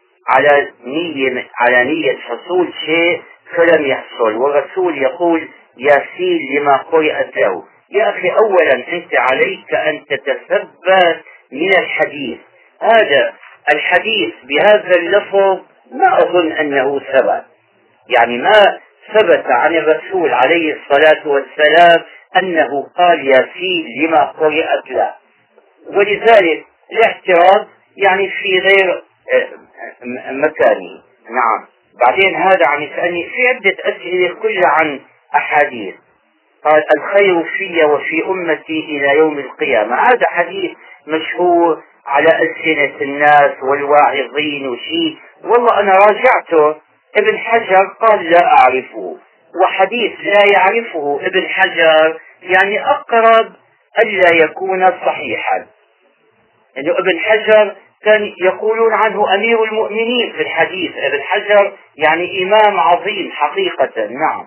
على نية حصول شيء فلم يحصل، والرسول يقول ياسين لما قرأت له. يا أخي أولا أنت عليك أن تتثبت من الحديث. هذا الحديث بهذا اللفظ ما أظن أنه ثبت، يعني ما ثبت عن الرسول عليه الصلاة والسلام أنه قال ياسين لما قرأت له، ولذلك الاعتراض يعني في غير مكانه. نعم. بعدين هذا عم يسألني في عدة أسئلة كلها عن أحاديث، قال الخير في وفي أمتي إلى يوم القيامة. هذا حديث مشهور على ألسنة الناس والواعظين وشيء، والله أنا راجعته ابن حجر قال لا أعرفه، وحديث لا يعرفه ابن حجر يعني أقرب ألا يكون صحيحا، لأنه ابن حجر كان يقولون عنه أمير المؤمنين في الحديث. ابن حجر يعني إمام عظيم حقيقة. نعم.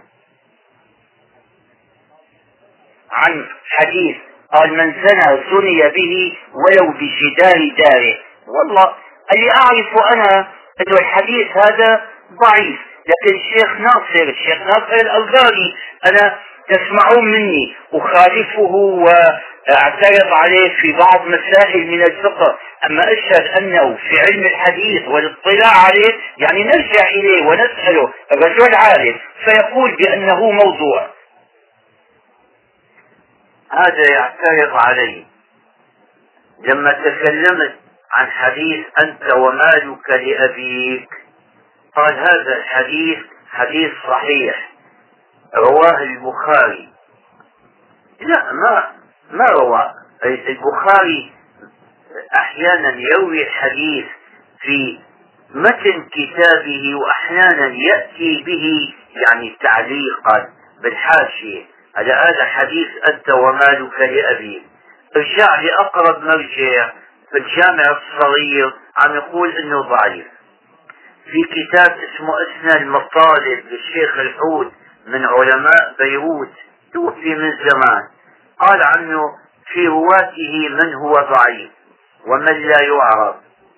عن حديث قال من زنى زني به ولو بجدار داره. والله اللي أعرفه أنا أنه الحديث هذا ضعيف، لكن الشيخ ناصر الألباني أنا تسمعون مني أخالفه واعترض عليه في بعض مسائل من الفقه، أما أشهد أنه في علم الحديث والاطلاع عليه يعني نرجع إليه ونسأله، الرجل عالم فيقول بأنه موضوع. هذا يعترض علي لما تكلمت عن حديث أنت ومالك لأبيك، قال هذا الحديث حديث صحيح رواه البخاري. لا، ما رواه البخاري. أحيانا يروي الحديث في متن كتابه وأحيانا يأتي به يعني تعليقا بالحاشية. هذا حديث أنت ومالك لأبيك. ارجع لأقرب مرجع في الجامع الصغير عم يقول إنه ضعيف. في كتاب اسمه أسنى المطالب للشيخ الحود من علماء بيروت توفي من زمان، قال عنه في رواته من هو ضعيف ومن لا يعرف.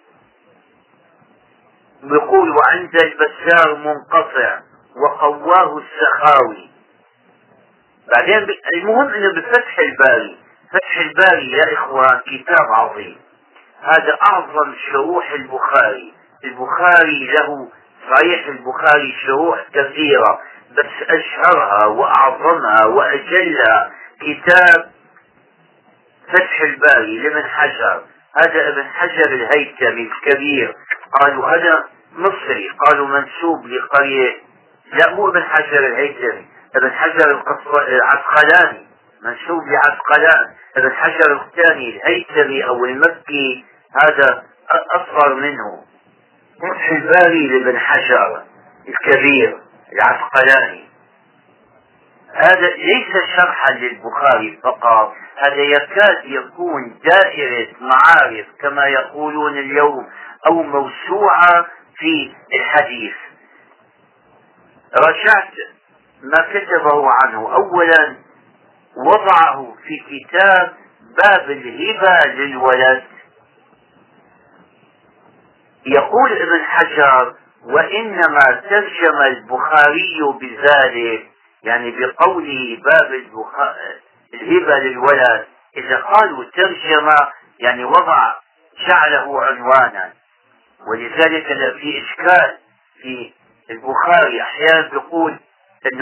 بيقول وعند البسار منقطع وقواه السخاوي. بعدين المهم انه بفتح الباري، فتح الباري يا اخوان كتاب عظيم، هذا اعظم شروح البخاري. البخاري له صحيح البخاري شروح كثيرة، بس اشهرها واعظمها واجلها كتاب فتح الباري لابن حجر. هذا ابن حجر الهيثمي الكبير، قالوا هذا مصري، قالوا منسوب لقرية، لا مو ابن حجر الهيثمي، ابن حجر العسقلاني منسوب لعسقلان. ابن حجر الثاني الهيثمي او المكي هذا اصغر منه. فتح الباري لابن حجر الكبير العسقلاني هذا ليس شرحا للبخاري فقط، هذا يكاد يكون دائرة معارف كما يقولون اليوم او موسوعة في الحديث. رجعت ما كتبه عنه، اولا وضعه في كتاب باب الهبة للولد. يقول ابن حجر وانما ترجم البخاري بذلك، يعني بقوله باب الهبة للولد، اذا قالوا ترجمة يعني وضع جعله عنوانا. ولذلك في اشكال في البخاري احيانا يقول انه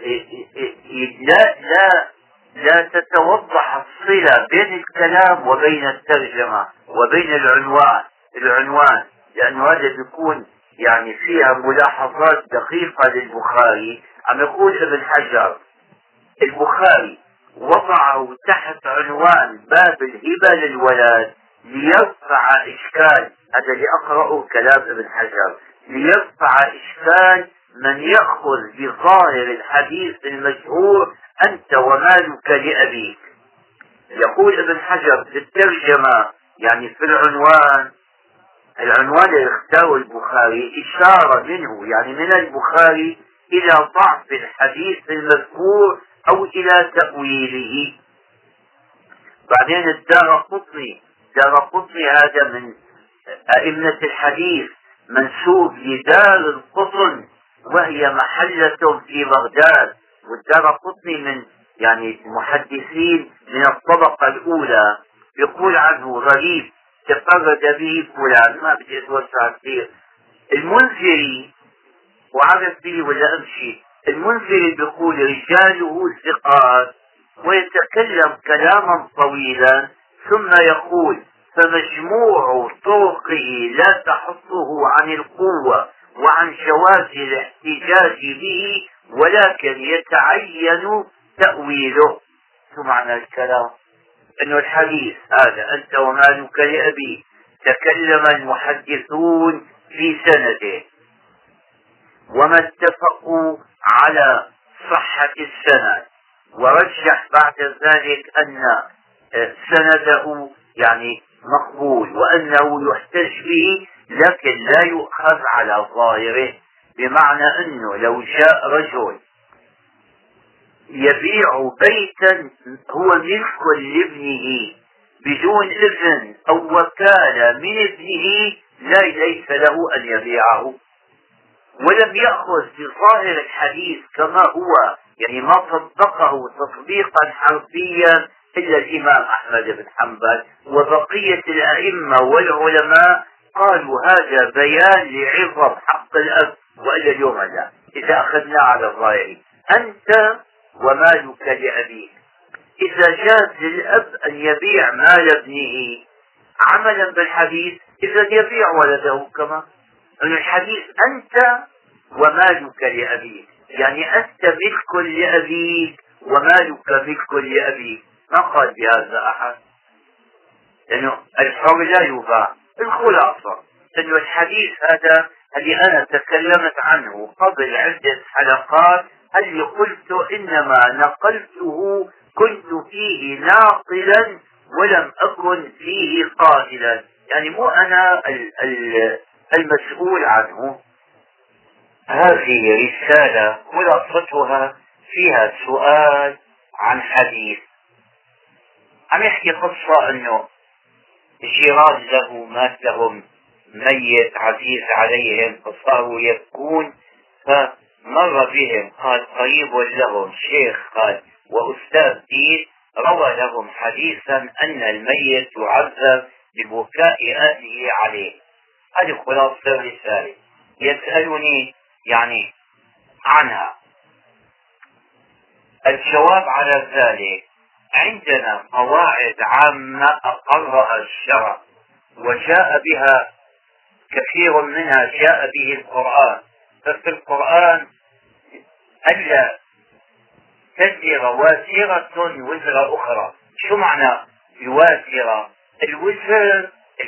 لا تتوضح الصلة بين الكلام وبين الترجمة وبين العنوان، لأنه هذا بيكون يعني فيها ملاحظات دقيقة للبخاري. عم يقول ابن حجر البخاري وضعه تحت عنوان باب الهبة للولد ليرفع إشكال، هذا اللي أقرأه كلام ابن حجر، ليرفع إشكال من يأخذ بظاهر الحديث المشهور أنت ومالك لأبيك. يقول ابن حجر في الترجمة يعني في العنوان اللي اختاره البخاري إشارة منه يعني من البخاري إلى ضعف الحديث المذكور أو إلى تأويله. بعدين الدارقطني هذا من أئمة الحديث منسوب لدار القطن وهي محلة في بغداد، والدارقطني من يعني المحدثين من الطبقة الأولى يقول عنه غريب تفرد به فلان، ما بدي أتوسع كثير. المنذري وعرف به ولا أمشي، المنذري بيقول رجاله ثقات ويتكلم كلاما طويلا ثم يقول فمجموع طرقه لا تحصه عن القوة وعن جواز الاحتجاج به، ولكن يتعين تأويله. شو معنى الكلام؟ انه الحديث هذا انت ومالك لأبي تكلم المحدثون في سنده وما اتفقوا على صحة السند، ورجح بعد ذلك ان سنده يعني مقبول وانه يحتج به، لكن لا يؤخذ على ظاهره. بمعنى انه لو جاء رجل يبيع بيتا هو ملك لابنه بدون اذن او وكالة من ابنه، ليس له ان يبيعه، ولم يأخذ بظاهر الحديث كما هو، يعني ما طبقه تطبيقا حرفيا إلا الإمام أحمد بن حنبل، وبقية الأئمة والعلماء قالوا هذا بيان لعظم حق الأب، وإلا اليوم لا. إذا أخذنا على الظاهر أنت ومالك لأبيك، إذا جاز للأب أن يبيع مال ابنه عملا بالحديث، إذا يبيع ولده كما أن الحديث أنت ومالك لأبيك، يعني أنت ملك لأبيك ومالك ملك لأبيك. ما قال بهذا أحد، لأنه الحر لا يباع. الخلاصة أنه الحديث هذا الذي أنا تكلمت عنه قبل عدة حلقات، اللي قلت إنما نقلته كنت فيه ناقلا ولم أكن فيه قائلا، يعني مو أنا المسؤول عنه. هذه رسالة خلاصتها فيها سؤال عن حديث. عم يحكي قصة انه جيران له مات لهم ميت عزيز عليهم فصاروا يبكون، فمر بهم قال قريب لهم شيخ قال وأستاذ دين روى لهم حديثا أن الميت يعذب ببكاء أهله عليه. هذه خلاصة الرسالة. يسألني يعني عنها. الجواب على ذلك عندنا قواعد عامة أقرها الشرع وجاء بها كثير منها جاء به القرآن. ففي القرآن ألا تزر وازرة وزر أخرى. شو معنى الوازرة؟ الوزر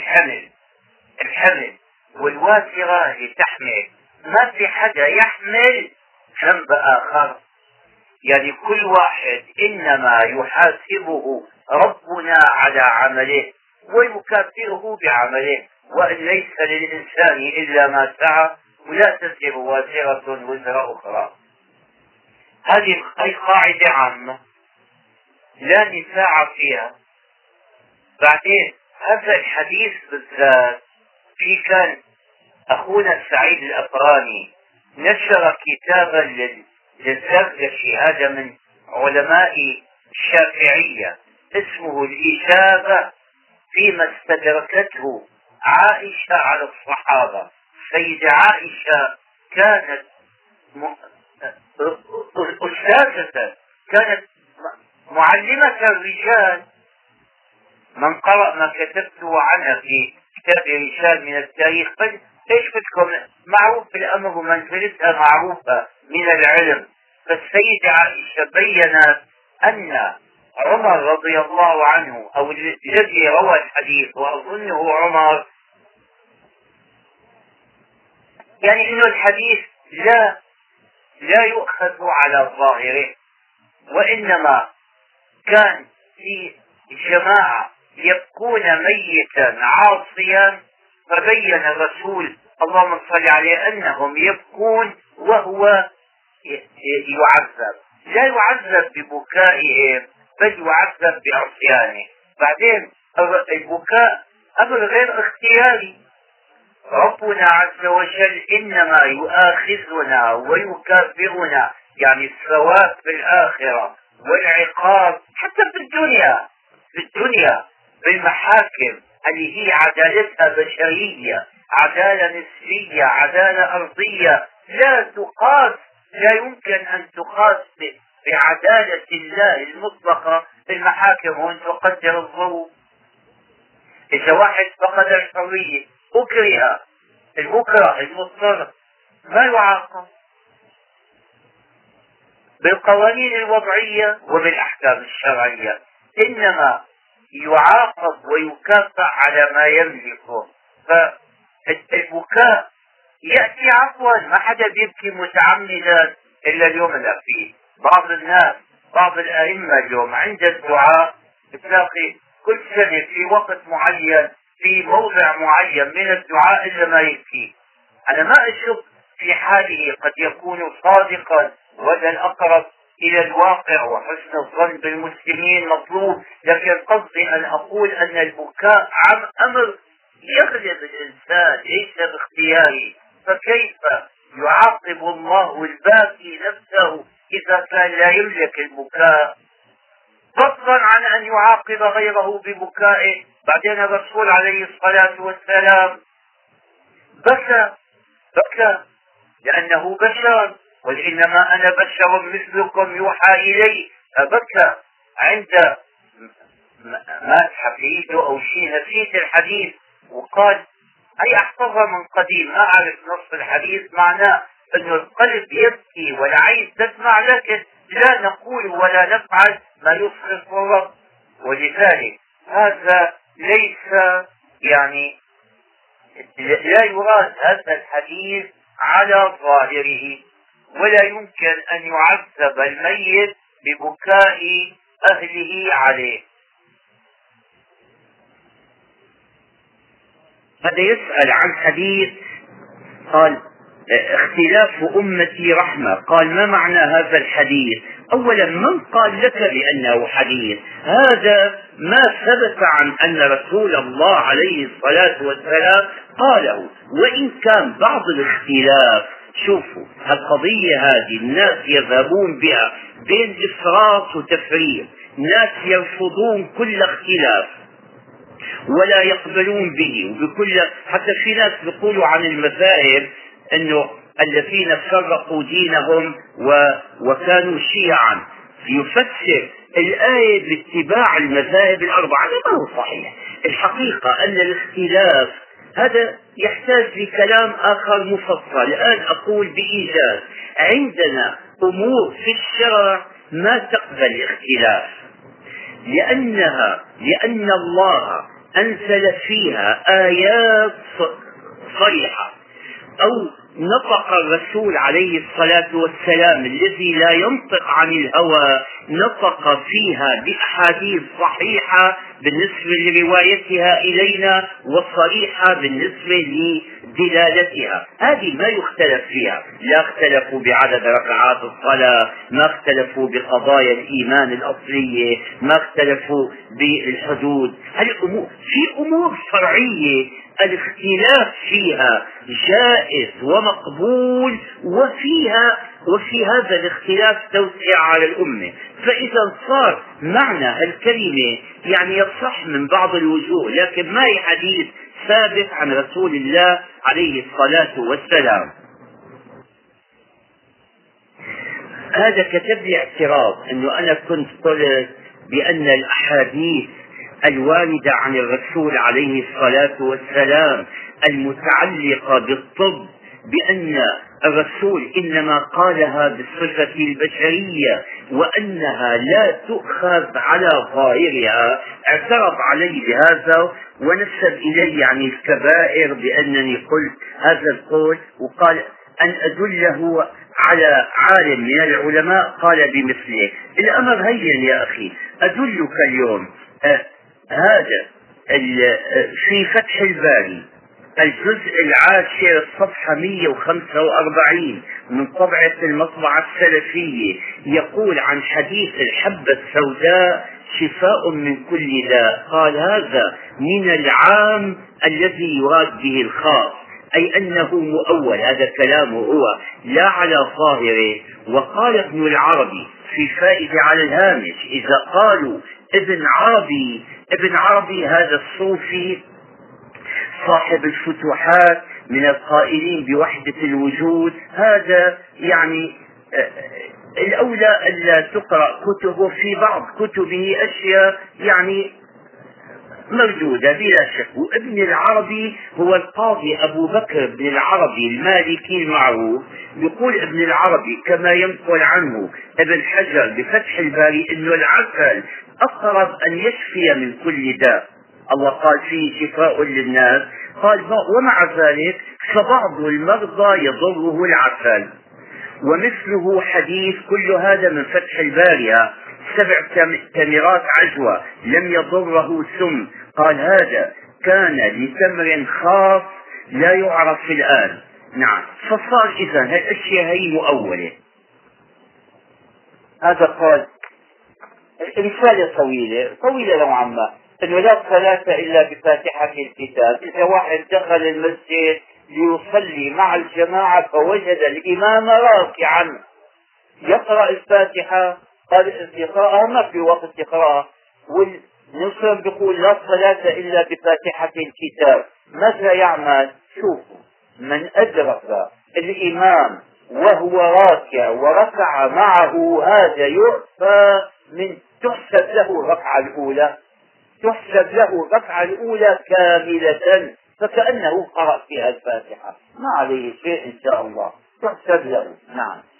الحمل والوازرة لتحمل. ما في حدا يحمل ذنب آخر، يعني كل واحد إنما يحاسبه ربنا على عمله ويكافئه بعمله، وإن ليس للإنسان إلا ما سعى ولا تزر وازرة وزر أخرى. هذه قاعدة عامة لا نزاع فيها. بعدين هذا الحديث بالذات في كان أخونا سعيد الأفراني نشر كتابا للزركشي، هذا من علماء الشافعية، اسمه الإجابة فيما استدركته عائشة على الصحابة. سيدة عائشة كانت أستاذة، كانت معلمة الرجال. من قرأ ما كتبته عنها في كتاب رجال من التاريخ ايش بدكم، معروف بالأمر ومنزلتها معروفة من العلم. فالسيدة عائشة بيّنت أن عمر رضي الله عنه أو الذي روى الحديث وأظنه عمر، يعني إنه الحديث لا يؤخذ على ظاهره، وإنما كان في جماعة يبكون ميتا عاصيا، فبين الرسول اللهم صل عليه أنهم يبكون وهو يعذب، لا يعذب ببكائهم بل يعذب بعصيانه. بعدين البكاء أمر غير اختياري، ربنا عز وجل إنما يؤاخذنا ويكافئنا، يعني الثواب في الآخرة والعقاب حتى في الدنيا بالمحاكم اللي هي عدالتها بشرية، عدالة نسبية، عدالة أرضية، لا يمكن أن تقاس بعدالة الله المطلقة في المحاكم. وأن تقدر الظروف، إذا واحد فقد الحرية المكره المضطر ما يعاقب بالقوانين الوضعية وبالأحكام الشرعية، إنما يعاقب ويكافئ على ما يملكه. فالبكاء يأتي عفوا، ما حدا بيبكي متعمدا إلا اليوم الأخير. بعض الأئمة اليوم عند الدعاء تلاقي كل سنة في وقت معين في موضع معين من الدعاء إلا ما يبكي. أنا ما أشك في حاله قد يكون صادقا، وذا الأقرب إلى الواقع، وحسن الظن بالمسلمين مطلوب، لكن قصدي أن أقول أن البكاء أمر يغلب الإنسان ليس باختياره. فكيف يعاقب الله الباكي نفسه إذا كان لا يملك البكاء، فضلا عن أن يعاقب غيره ببكائه؟ بعدين الرسول عليه الصلاة والسلام بكى لأنه بشر، قل إنما أنا بشر مثلكم يوحى إلي، فبكى عند مات حفيده أو شيء، نسيت الحديث، وقال أي أحفظها من قديم، ما أعرف نص الحديث معناه أنه القلب يبكي والعين تدمع، لكن لا نقول ولا نفعل ما يسخط الرب. ولذلك هذا ليس يعني لا يراد هذا الحديث على ظاهره، ولا يمكن أن يعذب الميت ببكاء أهله عليه. هذا يسأل عن حديث قال اختلاف أمتي رحمة. قال ما معنى هذا الحديث؟ أولا من قال لك بأنه حديث؟ هذا ما ثبت عن أن رسول الله عليه الصلاة والسلام قاله، وإن كان بعض الاختلاف. شوفوا القضية هذه الناس يذهبون بها بين إفراط وتفريط، ناس يرفضون كل اختلاف ولا يقبلون به، حتى في ناس بيقولوا عن المذاهب انه الذين فرقوا دينهم وكانوا شيعا يفسر الآية باتباع المذاهب الأربعة. هذا ما هو صحيح. الحقيقة أن الاختلاف هذا يحتاج لكلام آخر مفصل. الآن أقول بإيجاز عندنا أمور في الشرع ما تقبل الاختلاف، لأن الله أنزل فيها آيات صريحة، أو نطق الرسول عليه الصلاة والسلام الذي لا ينطق عن الهوى نطق فيها بأحاديث صحيحة بالنسبة لروايتها إلينا وصريحة بالنسبة لدلالتها. هذه ما يختلف فيها، لا اختلفوا بعدد ركعات الصلاة، ما اختلفوا بقضايا الإيمان الأصلية، ما اختلفوا بالحدود. في أمور فرعية الاختلاف فيها جائز ومقبول، وفي هذا الاختلاف توسع على الأمة. فإذا صار معنى الكلمة يعني يصح من بعض الوجوه، لكن ما هي حديث ثابت عن رسول الله عليه الصلاة والسلام. هذا كتب لي اعتراض انه انا كنت قلت بان الاحاديث الواردة عن الرسول عليه الصلاة والسلام المتعلقة بالطب بأن الرسول إنما قالها بالصفة البشرية وأنها لا تؤخذ على ظاهرها. اعترض علي بهذا ونسب إلي يعني الكبائر بأنني قلت هذا القول، وقال أن أدله على عالم من العلماء قال بمثله. الأمر هين يا أخي، أدلك اليوم هذا في فتح الباري الجزء 10 صفحة 145 من طبعة المطبعة السلفية، يقول عن حديث الحبة السوداء شفاء من كل داء. قال هذا من العام الذي يراد به الخاص. أي أنه مؤول، هذا كلامه هو لا على ظاهره. وقال ابن العربي في فائدة على الهامش: إذا قالوا ابن عربي هذا الصوفي صاحب الفتوحات من القائلين بوحدة الوجود، هذا يعني الأولى ألا تقرأ كتبه. في بعض كتبه أشياء يعني موجودة بلا شك. وابن العربي هو القاضي أبو بكر بن العربي المالكي المعروف. يقول ابن العربي كما ينقل عنه ابن حجر بفتح الباري إنه العسل أقرب أن يشفي من كل داء. الله قال فيه شفاء للناس. قال ومع ذلك فبعض المرضى يضره العسل. ومثله حديث كل هذا من فتح الباري: 7 تمرات عجوة لم يضره سم. قال هذا كان لتمر خاص لا يعرف الآن. نعم، فصار إذا هالأشياء هي مؤولة. هذا قال. رسالة طويلة نوعا ما، انه لا صلاة الا بفاتحة الكتاب. اذا واحد دخل المسجد ليصلي مع الجماعة فوجد الامام راكعا يقرأ الفاتحة، قال قراءة ما في وقت يقرأها، والنصر بيقول لا صلاة الا بفاتحة الكتاب. ماذا يعمل؟ شوفوا، من ادرك الامام وهو راكع وركع معه هذا يعفى من تحسب له الركعة الأولى كاملة، فكأنه قرأ فيها الفاتحة، ما عليه شيء إن شاء الله، تحسب له. نعم.